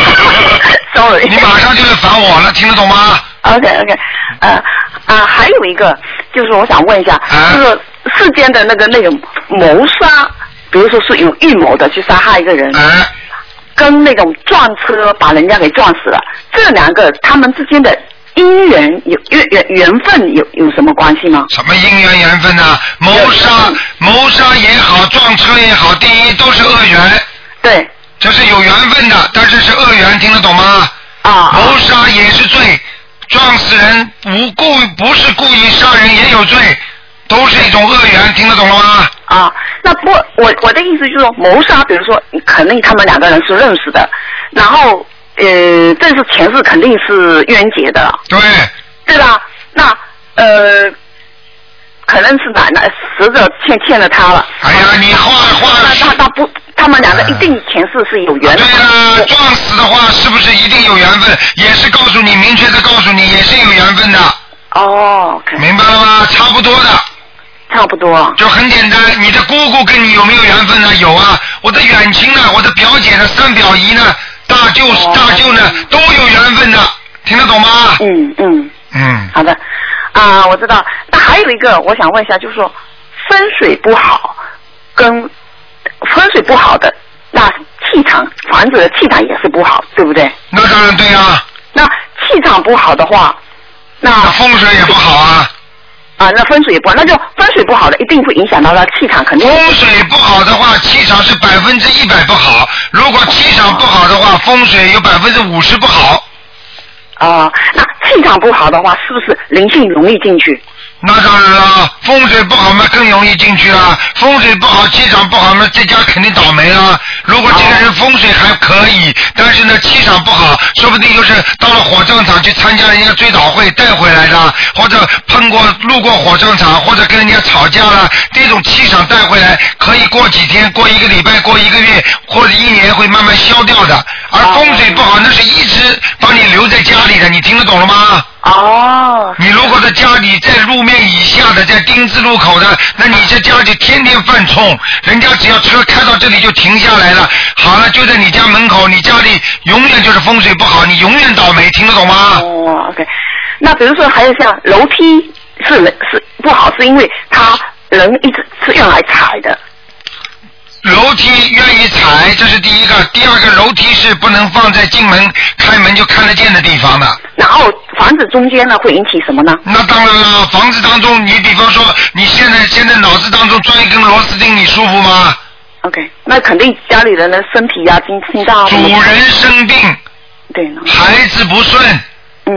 Speaker 7: Sorry。
Speaker 1: 你马上就来烦我了，听得懂吗
Speaker 7: ？OK OK， 呃啊，还有一个就是我想问一下，啊、就是世间的那个那种谋杀，比如说是有预谋的去杀害一个人。
Speaker 1: 啊
Speaker 7: 跟那种撞车把人家给撞死了，这两个他们之间的姻缘有缘缘缘分有有什么关系吗？
Speaker 1: 什么姻缘缘分啊？谋杀谋杀也好，撞车也好，第一都是恶缘。
Speaker 7: 对。
Speaker 1: 这是有缘分的，但是是恶缘，听得懂吗？
Speaker 7: 啊。
Speaker 1: 谋杀也是罪，撞死人无故不是故意杀人也有罪，都是一种恶缘，听得懂了吗？
Speaker 7: 啊，那不，我我的意思就是说，谋杀，比如说，肯定他们两个人是认识的，然后，呃，这是前世肯定是冤结的，
Speaker 1: 对，
Speaker 7: 对吧？那呃，可能是奶奶死者欠欠了他了。
Speaker 1: 哎呀，你话话
Speaker 7: 那那那不，他们两个一定前世是有缘的。
Speaker 1: 对了，撞死的话是不是一定有缘分？也是告诉你，明确的告诉你，也是有缘分的。
Speaker 7: 哦， okay.
Speaker 1: 明白了吗？差不多的。
Speaker 7: 差不多，
Speaker 1: 就很简单。你的姑姑跟你有没有缘分呢？有啊。我的远亲呢？我的表姐呢？三表姨呢？大舅、哦、大舅呢？都有缘分的，听得懂吗？
Speaker 7: 嗯嗯
Speaker 1: 嗯。
Speaker 7: 好的，啊、呃，我知道。那还有一个，我想问一下，就是说风水不好，跟风水不好的，那气场房子的气场也是不好，对不对？
Speaker 1: 那当然对啊。
Speaker 7: 那气场不好的话，那,
Speaker 1: 那风水也不好啊。
Speaker 7: 啊，那风水也不好，那就风水不好的一定会影响到他气场，肯定。
Speaker 1: 风水不好的话，气场是百分之一百不好；如果气场不好的话，风水有百分之五十不好。
Speaker 7: 啊、呃，那气场不好的话，是不是灵性容易进去？
Speaker 1: 那当然了，风水不好嘛，更容易进去了。风水不好，气场不好嘛，这家肯定倒霉了。如果这个人风水还可以，但是呢气场不好，说不定就是到了火葬场去参加人家追悼会带回来的，或者碰过路过火葬场，或者跟人家吵架了，这种气场带回来，可以过几天、过一个礼拜、过一个月或者一年会慢慢消掉的。而风水不好，那是一直把你留在家里的，你听得懂了吗？
Speaker 7: 哦，
Speaker 1: 你如果在家里在路面以下的，在丁字路口的，那你在家里天天犯冲，人家只要车开到这里就停下来了，好了，就在你家门口，你家里永远就是风水不好，你永远倒霉，听得懂吗？
Speaker 7: 哦 ，OK。那比如说还有像楼梯是是不好，是因为他人一直是用来踩的。
Speaker 1: 楼梯愿意踩，这是第一个。第二个，楼梯是不能放在进门开门就看得见的地方的。
Speaker 7: 然后房子中间呢会引起什么呢？
Speaker 1: 那当然了，房子当中，你比方说你现在现在脑子当中钻一根螺丝钉，你舒服吗
Speaker 7: ？OK， 那肯定家里人的身体啊、心心脏啊。
Speaker 1: 主人生病，
Speaker 7: 对。
Speaker 1: 孩子不顺。
Speaker 7: 嗯。
Speaker 1: 明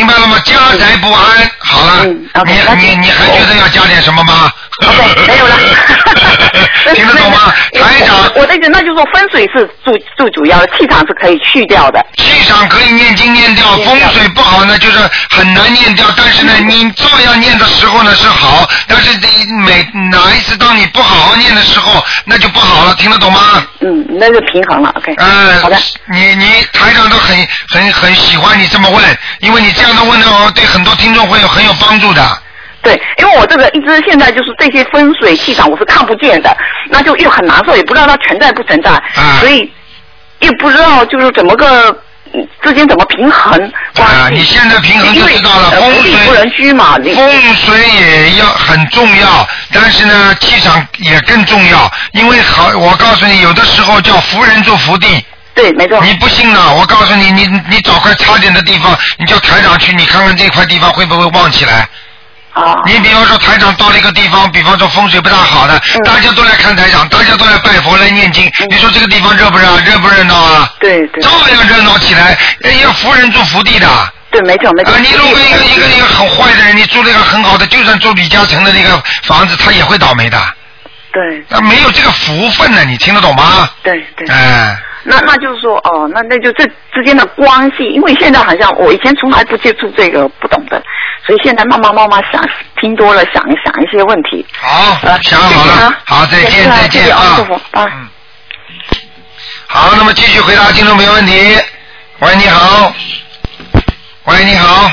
Speaker 1: 明白了吗？家宅不安，好了，
Speaker 7: 嗯 okay,
Speaker 1: 你你你还觉得要加点什么吗？
Speaker 7: OK， 没有了。
Speaker 1: 听得懂吗？台长，
Speaker 7: 我的意思，那就是说风水是最最主要的，气场是可以去掉的。
Speaker 1: 气场可以念经念掉，风水不好呢，就是很难念掉。但是呢，你照样念的时候呢是好，但是每哪一次当你不好好念的时候，那就不好了，听得懂吗？
Speaker 7: 嗯，那就平衡了。OK。
Speaker 1: 嗯，
Speaker 7: 好的。
Speaker 1: 你你台长都很很很喜欢你这么问，因为你这样的问呢，对很多听众会有很有帮助的。
Speaker 7: 对，因为我这个一直现在就是这些风水气场我是看不见的，那就又很难受，也不知道它存在不存在，
Speaker 1: 啊、
Speaker 7: 所以又不知道就是怎么个之间怎么平衡关系。
Speaker 1: 啊，你现在平衡就知道了，风水
Speaker 7: 不能居嘛，
Speaker 1: 风水也要很重要，但是呢，气场也更重要，因为好，我告诉你，有的时候叫福人住福地。
Speaker 7: 对，没错。
Speaker 1: 你不信呢？我告诉你，你你找块差点的地方，你叫台长去，你看看这块地方会不会旺起来？
Speaker 7: 啊。
Speaker 1: 你比方说台长到了一个地方，比方说风水不大好的，嗯、大家都来看台长，大家都来拜佛来念经，嗯、你说这个地方热不热？热不热闹啊？
Speaker 7: 对对。
Speaker 1: 照样热闹起来，要福人住福地的。
Speaker 7: 对，没错没错。
Speaker 1: 啊，你如果一个一个一个很坏的人，你住了一个很好的，就算住李嘉诚的那个房子，他也会倒霉的。
Speaker 7: 对。
Speaker 1: 那没有这个福分呢，你听得懂吗？
Speaker 7: 对对。
Speaker 1: 哎。
Speaker 7: 那那就是说，哦，那那就这之间的关系，因为现在好像我以前从来不接触这个，不懂的，所以现在慢慢慢慢想，听多了，想一想一些问题。
Speaker 1: 好，
Speaker 7: 呃、
Speaker 1: 想好了，
Speaker 7: 啊、
Speaker 1: 好，再见，再见啊！嗯。好，那么继续回答听众朋友问题。喂，你好。喂，你好。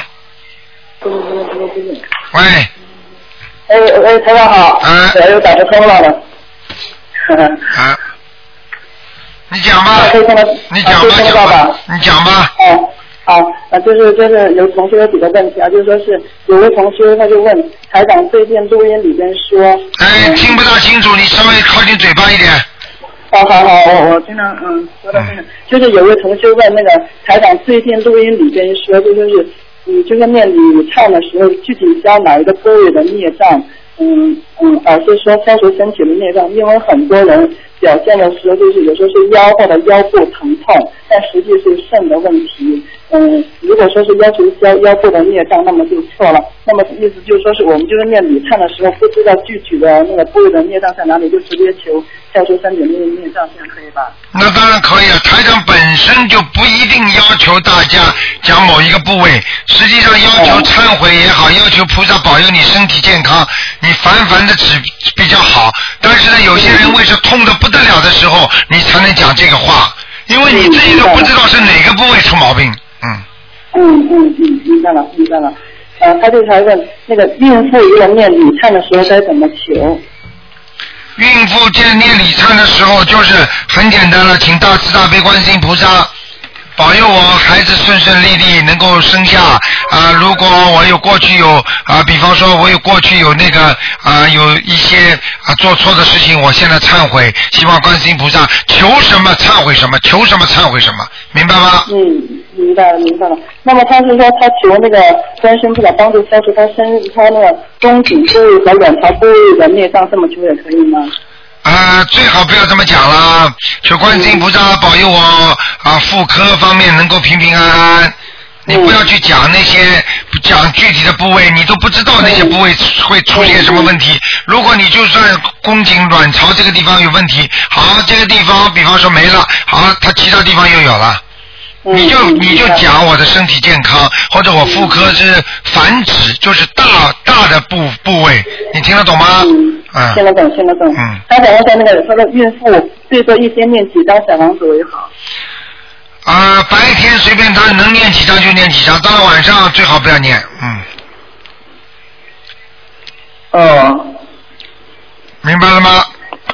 Speaker 1: 喂。
Speaker 8: 哎哎，台长好。
Speaker 1: 嗯。
Speaker 8: 我又打不通了。
Speaker 1: 啊。你讲吧，你讲吧，
Speaker 8: 讲吧，
Speaker 1: 你讲吧。
Speaker 8: 哦，好，啊，就是就是有同学有几个问题啊，就是说是有位同学他就问台长最近录音里边说，
Speaker 1: 哎，嗯、听不大清楚，你稍微靠近嘴巴一点。
Speaker 8: 好好好，我我经常嗯说到这个，就是有位同学问那个台长最近录音里边说，就说是你就是念礼忏的时候，具体消哪一个部位的孽障？嗯嗯，而是说消除身体的孽障，因为很多人表现的时候就是有时候是腰或者腰部疼痛，但实际是肾的问题。嗯，如果说是要求消腰部的孽障，那么就错了。那么意思就是说是我们就是念礼忏的时候，不知道具体的那个部位的孽障在哪里，就直接求消除身体的孽障，这样可以吧？
Speaker 1: 那当然可以了。台长本身就不一定要求大家讲某一个部位，实际上要求忏悔也好，要求菩萨保佑你身体健康，你凡凡的只比较好。但是呢，有些人为什么痛得不得了的时候，你才能讲这个话，因为你自己都不知道是哪个部位出毛病。嗯
Speaker 8: 嗯嗯嗯，明白了明白了。呃，他就还问那个孕妇如果念礼忏的时候该怎么求？
Speaker 1: 孕妇在念礼忏的时候就是很简单了，请大慈大悲观世音菩萨保佑我孩子顺顺利利能够生下啊、呃！如果我有过去有啊、呃，比方说我有过去有那个啊、呃，有一些啊、呃、做错的事情，我现在忏悔，希望观世音菩萨求什么忏悔什么，求什么忏悔什么，明白吗？
Speaker 8: 嗯，明白了明白了。那么他是说他求那个观世音菩萨帮助消除他身他那个宫颈部位和卵巢部位的孽障，这么求也可以吗？
Speaker 1: 啊、呃，最好不要这么讲了，求观世音菩萨保佑我啊，妇科方面能够平平安安。你不要去讲那些讲具体的部位，你都不知道那些部位会出现什么问题。如果你就算宫颈、卵巢这个地方有问题，好，这个地方比方说没了，好，它其他地方又有了。你就你就讲我的身体健康，或者我妇科是繁殖，就是大大的部部位，你听得懂吗？
Speaker 8: 嗯，听得懂，听得懂。
Speaker 1: 嗯。
Speaker 8: 他讲说那个他的孕妇最多一天念几张小房子为好？
Speaker 1: 啊、呃，白天随便他能念几张就念几张，到了晚上最好不要念。嗯。
Speaker 8: 哦。
Speaker 1: 明白了吗？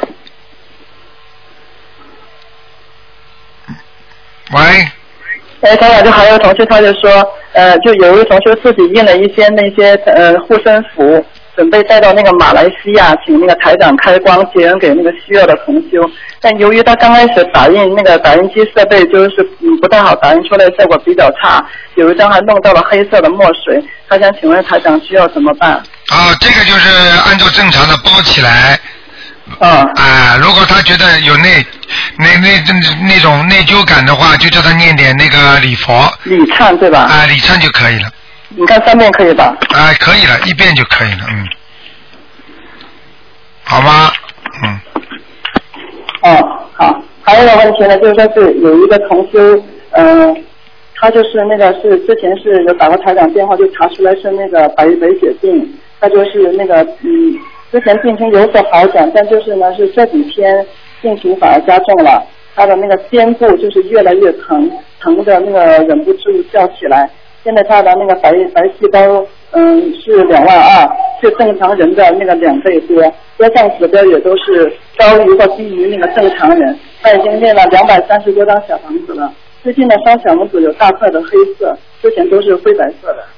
Speaker 1: 喂。
Speaker 8: 哎，刚才就还有同学，他就说，呃，就有一位同学自己印了一些那些呃护身符，准备带到那个马来西亚，请那个台长开光结缘给那个需要的同修。但由于他刚开始打印那个打印机设备就是嗯不太好打印出来，效果比较差，有一张还弄到了黑色的墨水。他想请问台长需要怎么办？
Speaker 1: 啊，这个就是按照正常的包起来。
Speaker 8: 啊、
Speaker 1: 嗯、啊！如果他觉得有内那那那那种内疚感的话，就叫他念点那个礼佛。
Speaker 8: 礼忏对吧？
Speaker 1: 啊，礼忏就可以了。
Speaker 8: 你看三遍可以吧？
Speaker 1: 哎，可以了，一遍就可以了，嗯，好吗？嗯。
Speaker 8: 哦，好。还有一个问题呢，就是说是有一个同修，嗯、呃，他就是那个是之前是有打过台长电话，就查出来是那个白白血病，他就是那个嗯，之前病情有所好转，但就是呢是这几天病情反而加重了，他的那个肩部就是越来越疼，疼的那个忍不住叫起来。现在他的那个白白细胞，嗯，是两万二，是正常人的那个两倍多，各项指标也都是高于或低于那个正常人。他已经练了两百三十多张小房子了，最近的双小拇指有大块的黑色，之前都是灰白色的。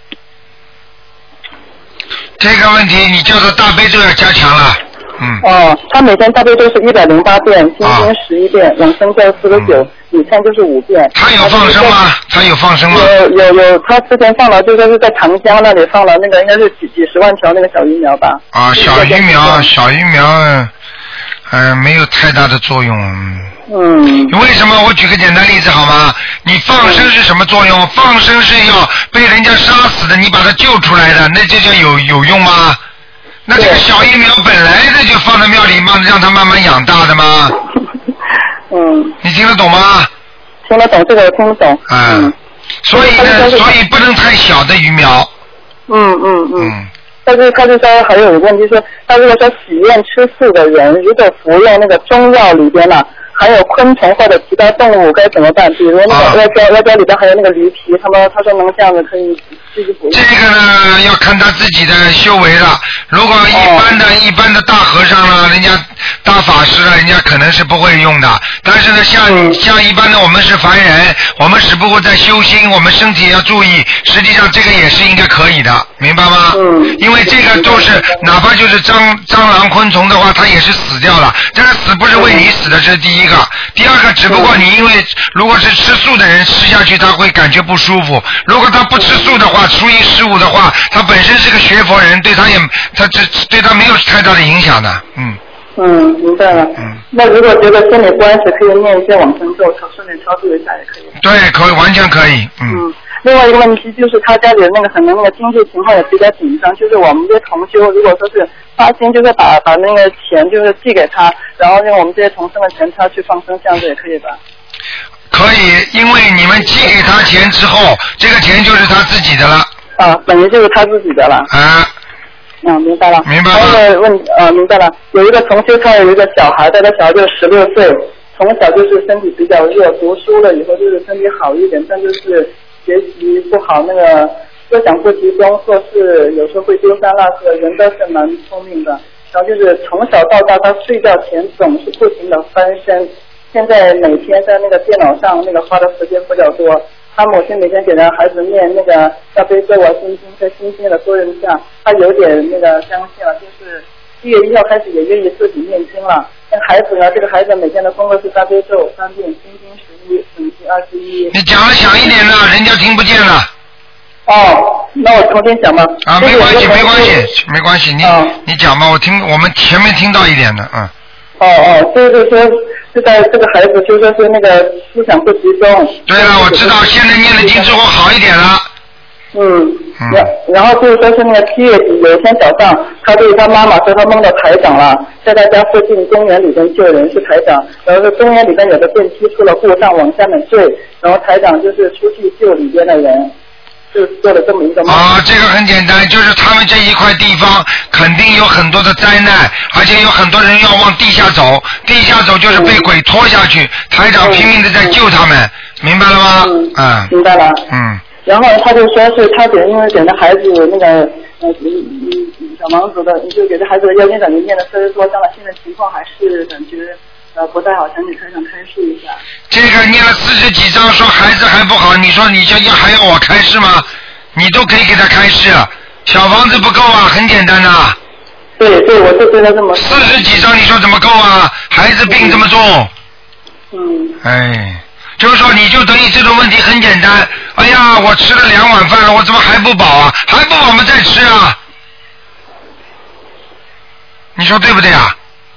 Speaker 1: 这个问题你叫做大悲咒要加强了。嗯。
Speaker 8: 哦，他每天大悲咒是一百零八遍，心经十一遍，往生咒四十九，礼忏就是五遍。
Speaker 1: 他有放生吗？他有放生吗？
Speaker 8: 有有有，他之前放了，就说是在长江那里放了那个应该是几几十万条那个小鱼苗吧。
Speaker 1: 啊，小鱼苗，小鱼苗，嗯、呃，没有太大的作用。
Speaker 8: 嗯。
Speaker 1: 为什么？我举个简单例子好吗？你放生是什么作用？放生是要被人家杀死的，你把它救出来的，那这叫有有用吗？那这个小鱼苗本来的就放在庙里慢让它慢慢养大的吗？
Speaker 8: 嗯。
Speaker 1: 你听得懂吗？
Speaker 8: 听得懂，这个我听得懂。
Speaker 1: 嗯。所以呢，所以不能太小的鱼苗。
Speaker 8: 嗯嗯嗯。但是他就说还有一个问题说，他如果说许愿吃素的人，如果服用那个中药里边呢，含有昆虫或者其他动物该怎么办？比如那个阿胶阿胶里边还有那个驴皮，他们他说能这样子可以继续服用。
Speaker 1: 这个呢要看他自己的修为了。如果一般的、哦、一般的大和尚啦，人家大法师啦，人家可能是不会用的。但是呢，像、嗯、像一般的我们是凡人，我们只不过在修心，我们身体要注意。实际上这个也是应该可以的，明白吗？嗯。因为这个都是哪怕就是蟑蟑螂、昆虫的话，它也是死掉了。这个死不是为你死的，这是第一个。第二个，只不过你因为如果是吃素的人吃下去，他会感觉不舒服。如果他不吃素的话，初一十五的话，他本身是个学佛人，对他也他这对他没有太大的影响的，嗯。
Speaker 8: 嗯，明白了。嗯。那如果觉得心里不安时，可以念一些往生咒，顺便超度一下也可以。
Speaker 1: 对，可以，完全可以。嗯。
Speaker 8: 嗯。另外一个问题就是他家里的那个可能那个经济情况也比较紧张，就是我们这些同修如果说是发心，就是把把那个钱就是寄给他，然后用我们这些同生的钱他去放生，这样子也可以吧？
Speaker 1: 可以，因为你们寄给他钱之后，这个钱就是他自己的了。
Speaker 8: 啊，等于就是他自己的了。
Speaker 1: 啊。
Speaker 8: 啊，明白了。
Speaker 1: 明白了。
Speaker 8: 还有一个问啊，明白了。有一个同修，他有一个小孩，他的小孩就十六岁，从小就是身体比较弱，读书了以后就是身体好一点，但就是学习不好，那个思想不集中，做事有时候会丢三落四，人都是蛮聪明的。然后就是从小到大，他睡觉前总是不停的翻身，现在每天在那个电脑上那个花的时间比较多。他母亲每天给他孩子念那个大悲咒啊、心经，在心经的多人下，他有点那个相信了，就是一月一号开始也愿意自己念经了。那孩子呢，这个孩子每天的功课是大悲咒三遍，心经十一，准提二十一。
Speaker 1: 你讲的响一点了，人家听不见了。
Speaker 8: 哦，那我重新讲吧。
Speaker 1: 啊，没关系，没关系，没关系，你、哦、你讲吧，我听我们前面听到一点的，嗯。
Speaker 8: 哦哦，就是说，是在这个孩子就说是那个思想不集中。
Speaker 1: 对了，我知道，现在念了经之后好一点了。
Speaker 8: 嗯。然然后就是说是那个七月底有一天早上，他对他妈妈说他梦到台长了，在他家附近公园里边救人是台长，然后是公园里边有个电梯出了故障往下面坠，然后台长就是出去救里边的人。就做了这么一个梦
Speaker 1: 啊，这个很简单，就是他们这一块地方肯定有很多的灾难，而且有很多人要往地下走，地下走就是被鬼拖下去，嗯、台长拼命的在救他们，嗯、明白了吗？
Speaker 8: 嗯，
Speaker 1: 嗯
Speaker 8: 明白了。
Speaker 1: 嗯。
Speaker 8: 然后他就说是他给因为给那孩子那个呃小房子的，就给这孩子的腰间感觉念了四十多章了，现在情况还是感觉。呃，不太好，想给台长开示一下。
Speaker 1: 这个念了四十几章，说孩子还不好，你说你这要还要我开示吗？你都可以给他开示，小房子不够啊，很简单的、啊。
Speaker 8: 对对，我就觉得这么。
Speaker 1: 四十几章，你说怎么够啊？孩子病这么重。
Speaker 8: 嗯。
Speaker 1: 哎，就是说你就等于这种问题很简单。哎呀，我吃了两碗饭了，我怎么还不饱啊？还不饱我们再吃啊？你说对不对啊？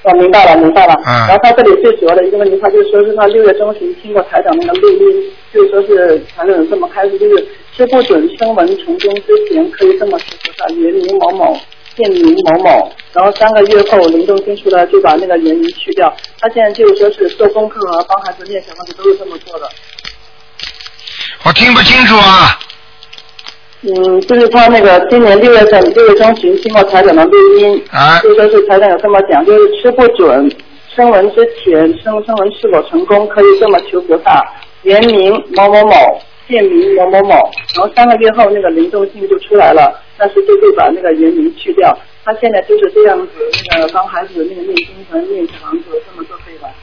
Speaker 8: 哦，明白了，明白了。
Speaker 1: 嗯。
Speaker 8: 然后他这里最主要的一个问题，他就说是他六月中旬听过台长那个录音，就是说是台长这么开始，就是吃不准声闻成功之前可以这么说他原名某某，现名某某，然后三个月后灵动性出来就把那个原名去掉。他现在就是说是做功课和帮孩子念小房子都是这么做的。
Speaker 1: 我听不清楚啊。
Speaker 8: 嗯，就是他那个今年六月份六月中旬经过台长的录音，
Speaker 1: 啊，
Speaker 8: 就说是台长有这么讲，就是吃不准声闻之前声声闻是否成功，可以这么求菩萨，原名某某某，现名某某某，然后三个月后那个灵动性就出来了，但是就会把那个原名去掉。他现在就是这样子，那个帮孩子那个念经和念小房子这么做可以吧？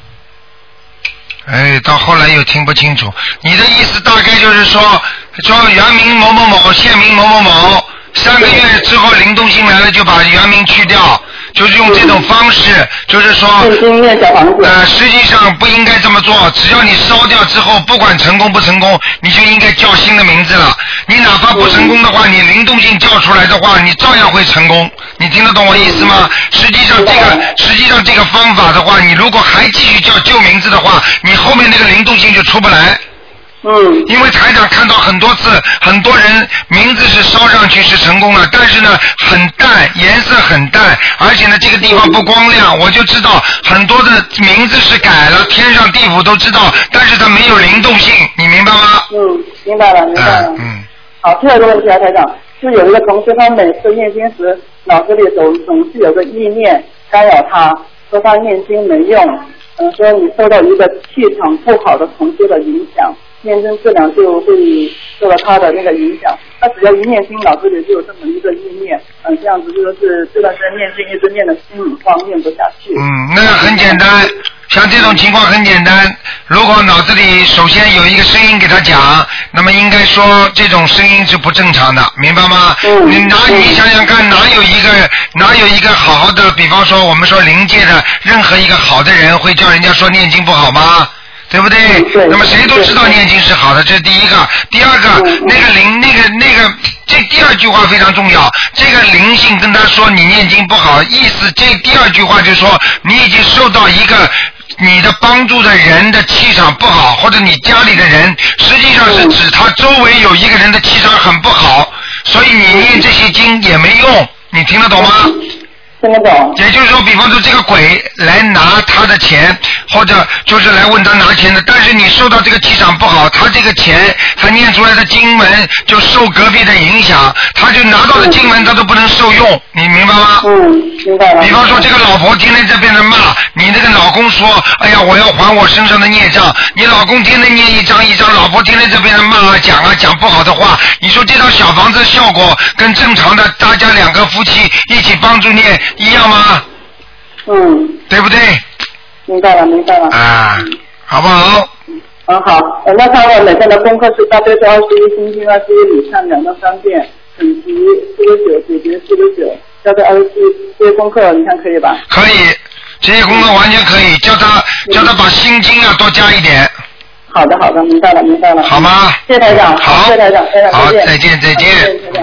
Speaker 1: 哎，到后来又听不清楚，你的意思大概就是说，说原名某某某，现名某某某，三个月之后灵动性来了就把原名去掉，就是用这种方式，就是说，呃，实际上不应该这么做，只要你烧掉之后，不管成功不成功，你就应该叫新的名字了。你哪怕不成功的话，你灵动性叫出来的话，你照样会成功。你听得懂我意思吗？实际上这个，实际上这个方法的话，你如果还继续叫旧名字的话，你后面那个灵动性就出不来。
Speaker 8: 嗯，
Speaker 1: 因为台长看到很多次，很多人名字是烧上去是成功了，但是呢很淡，颜色很淡，而且呢这个地方不光亮，我就知道很多的名字是改了，天上地府都知道，但是它没有灵动性，你明白吗？
Speaker 8: 嗯，明白了，明白了。
Speaker 1: 嗯。嗯
Speaker 8: 好，第二个问题啊，台长，是有一个同学，他每次念经时脑子里总总是有个意念干扰他，说他念经没用，嗯，说你受到一个气场不好的同学的影响。念经质量就会受到他的那个影响，他只要一念经，脑子里就有这么一个意念，嗯，这样子就说是这段时间念经一直念的心很慌，念不下去。
Speaker 1: 嗯，那很简单，像这种情况很简单，如果脑子里首先有一个声音给他讲，那么应该说这种声音是不正常的，明白吗？嗯。你拿你想想看，哪有一个哪有一个好好的，比方说我们说灵界的任何一个好的人会叫人家说念经不好吗？对不对？对。那么谁都知道念经是好的，这是第一个。第二个，那个灵，那个那个，这第二句话非常重要。这个灵性跟他说你念经不好，意思这第二句话就是说你已经受到一个你的帮助的人的气场不好，或者你家里的人，实际上是指他周围有一个人的气场很不好，所以你念这些经也没用。你听得懂吗？
Speaker 8: 听得懂。
Speaker 1: 也就是说，比方说这个鬼来拿他的钱，或者就是来问他拿钱的，但是你受到这个气场不好，他这个钱他念出来的经文就受隔壁的影响，他就拿到的经文他都不能受用，你明白吗？
Speaker 8: 嗯，明白了。
Speaker 1: 比方说这个老婆天天在边上骂你，那个老公说，哎呀，我要还我身上的孽障，你老公天天念一张一张，老婆天天在边上骂啊讲啊讲不好的话，你说这套小房子效果跟正常的大家两个夫妻一起帮助念一样吗？
Speaker 8: 嗯，
Speaker 1: 对不对？
Speaker 8: 明白了，明白了。
Speaker 1: 啊，嗯、好不好？
Speaker 8: 嗯，好。呃、那他们每天的功课是大悲咒二十一，心经二十一，礼忏两到三遍，准提四十九，解决四十九，交代二十七，这些功课你看可以吧？
Speaker 1: 可以，这些功课完全可以，叫他、嗯、叫他把心经啊多加一点。
Speaker 8: 好的，好的，明白了，明白了。
Speaker 1: 好吗？
Speaker 8: 谢谢台长。
Speaker 1: 好，
Speaker 8: 谢谢台长，台长
Speaker 1: 好，
Speaker 8: 再
Speaker 1: 见，再见，再见。
Speaker 8: 台长。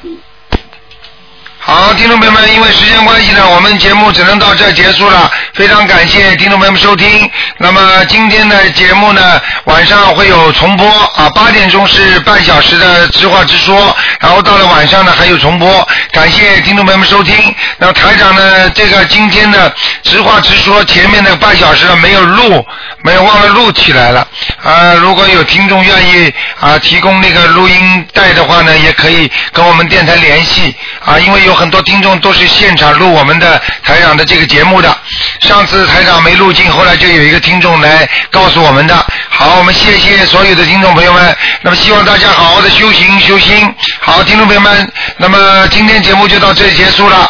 Speaker 1: 好，听众朋友们，因为时间关系呢，我们节目只能到这儿结束了。非常感谢听众朋友们收听。那么今天的节目呢，晚上会有重播啊，八点钟是半小时的直话直说，然后到了晚上呢还有重播。感谢听众朋友们收听。那么台长呢，这个今天的直话直说前面的半小时呢没有录，没有忘了录起来了。啊，如果有听众愿意啊提供那个录音带的话呢，也可以跟我们电台联系啊，因为有很多听众都是现场录我们的台长的这个节目的。上次台长没录进，后来就有一个听众来告诉我们的。好，我们谢谢所有的听众朋友们。那么希望大家好好的修行修心。好，听众朋友们，那么今天节目就到这里结束了。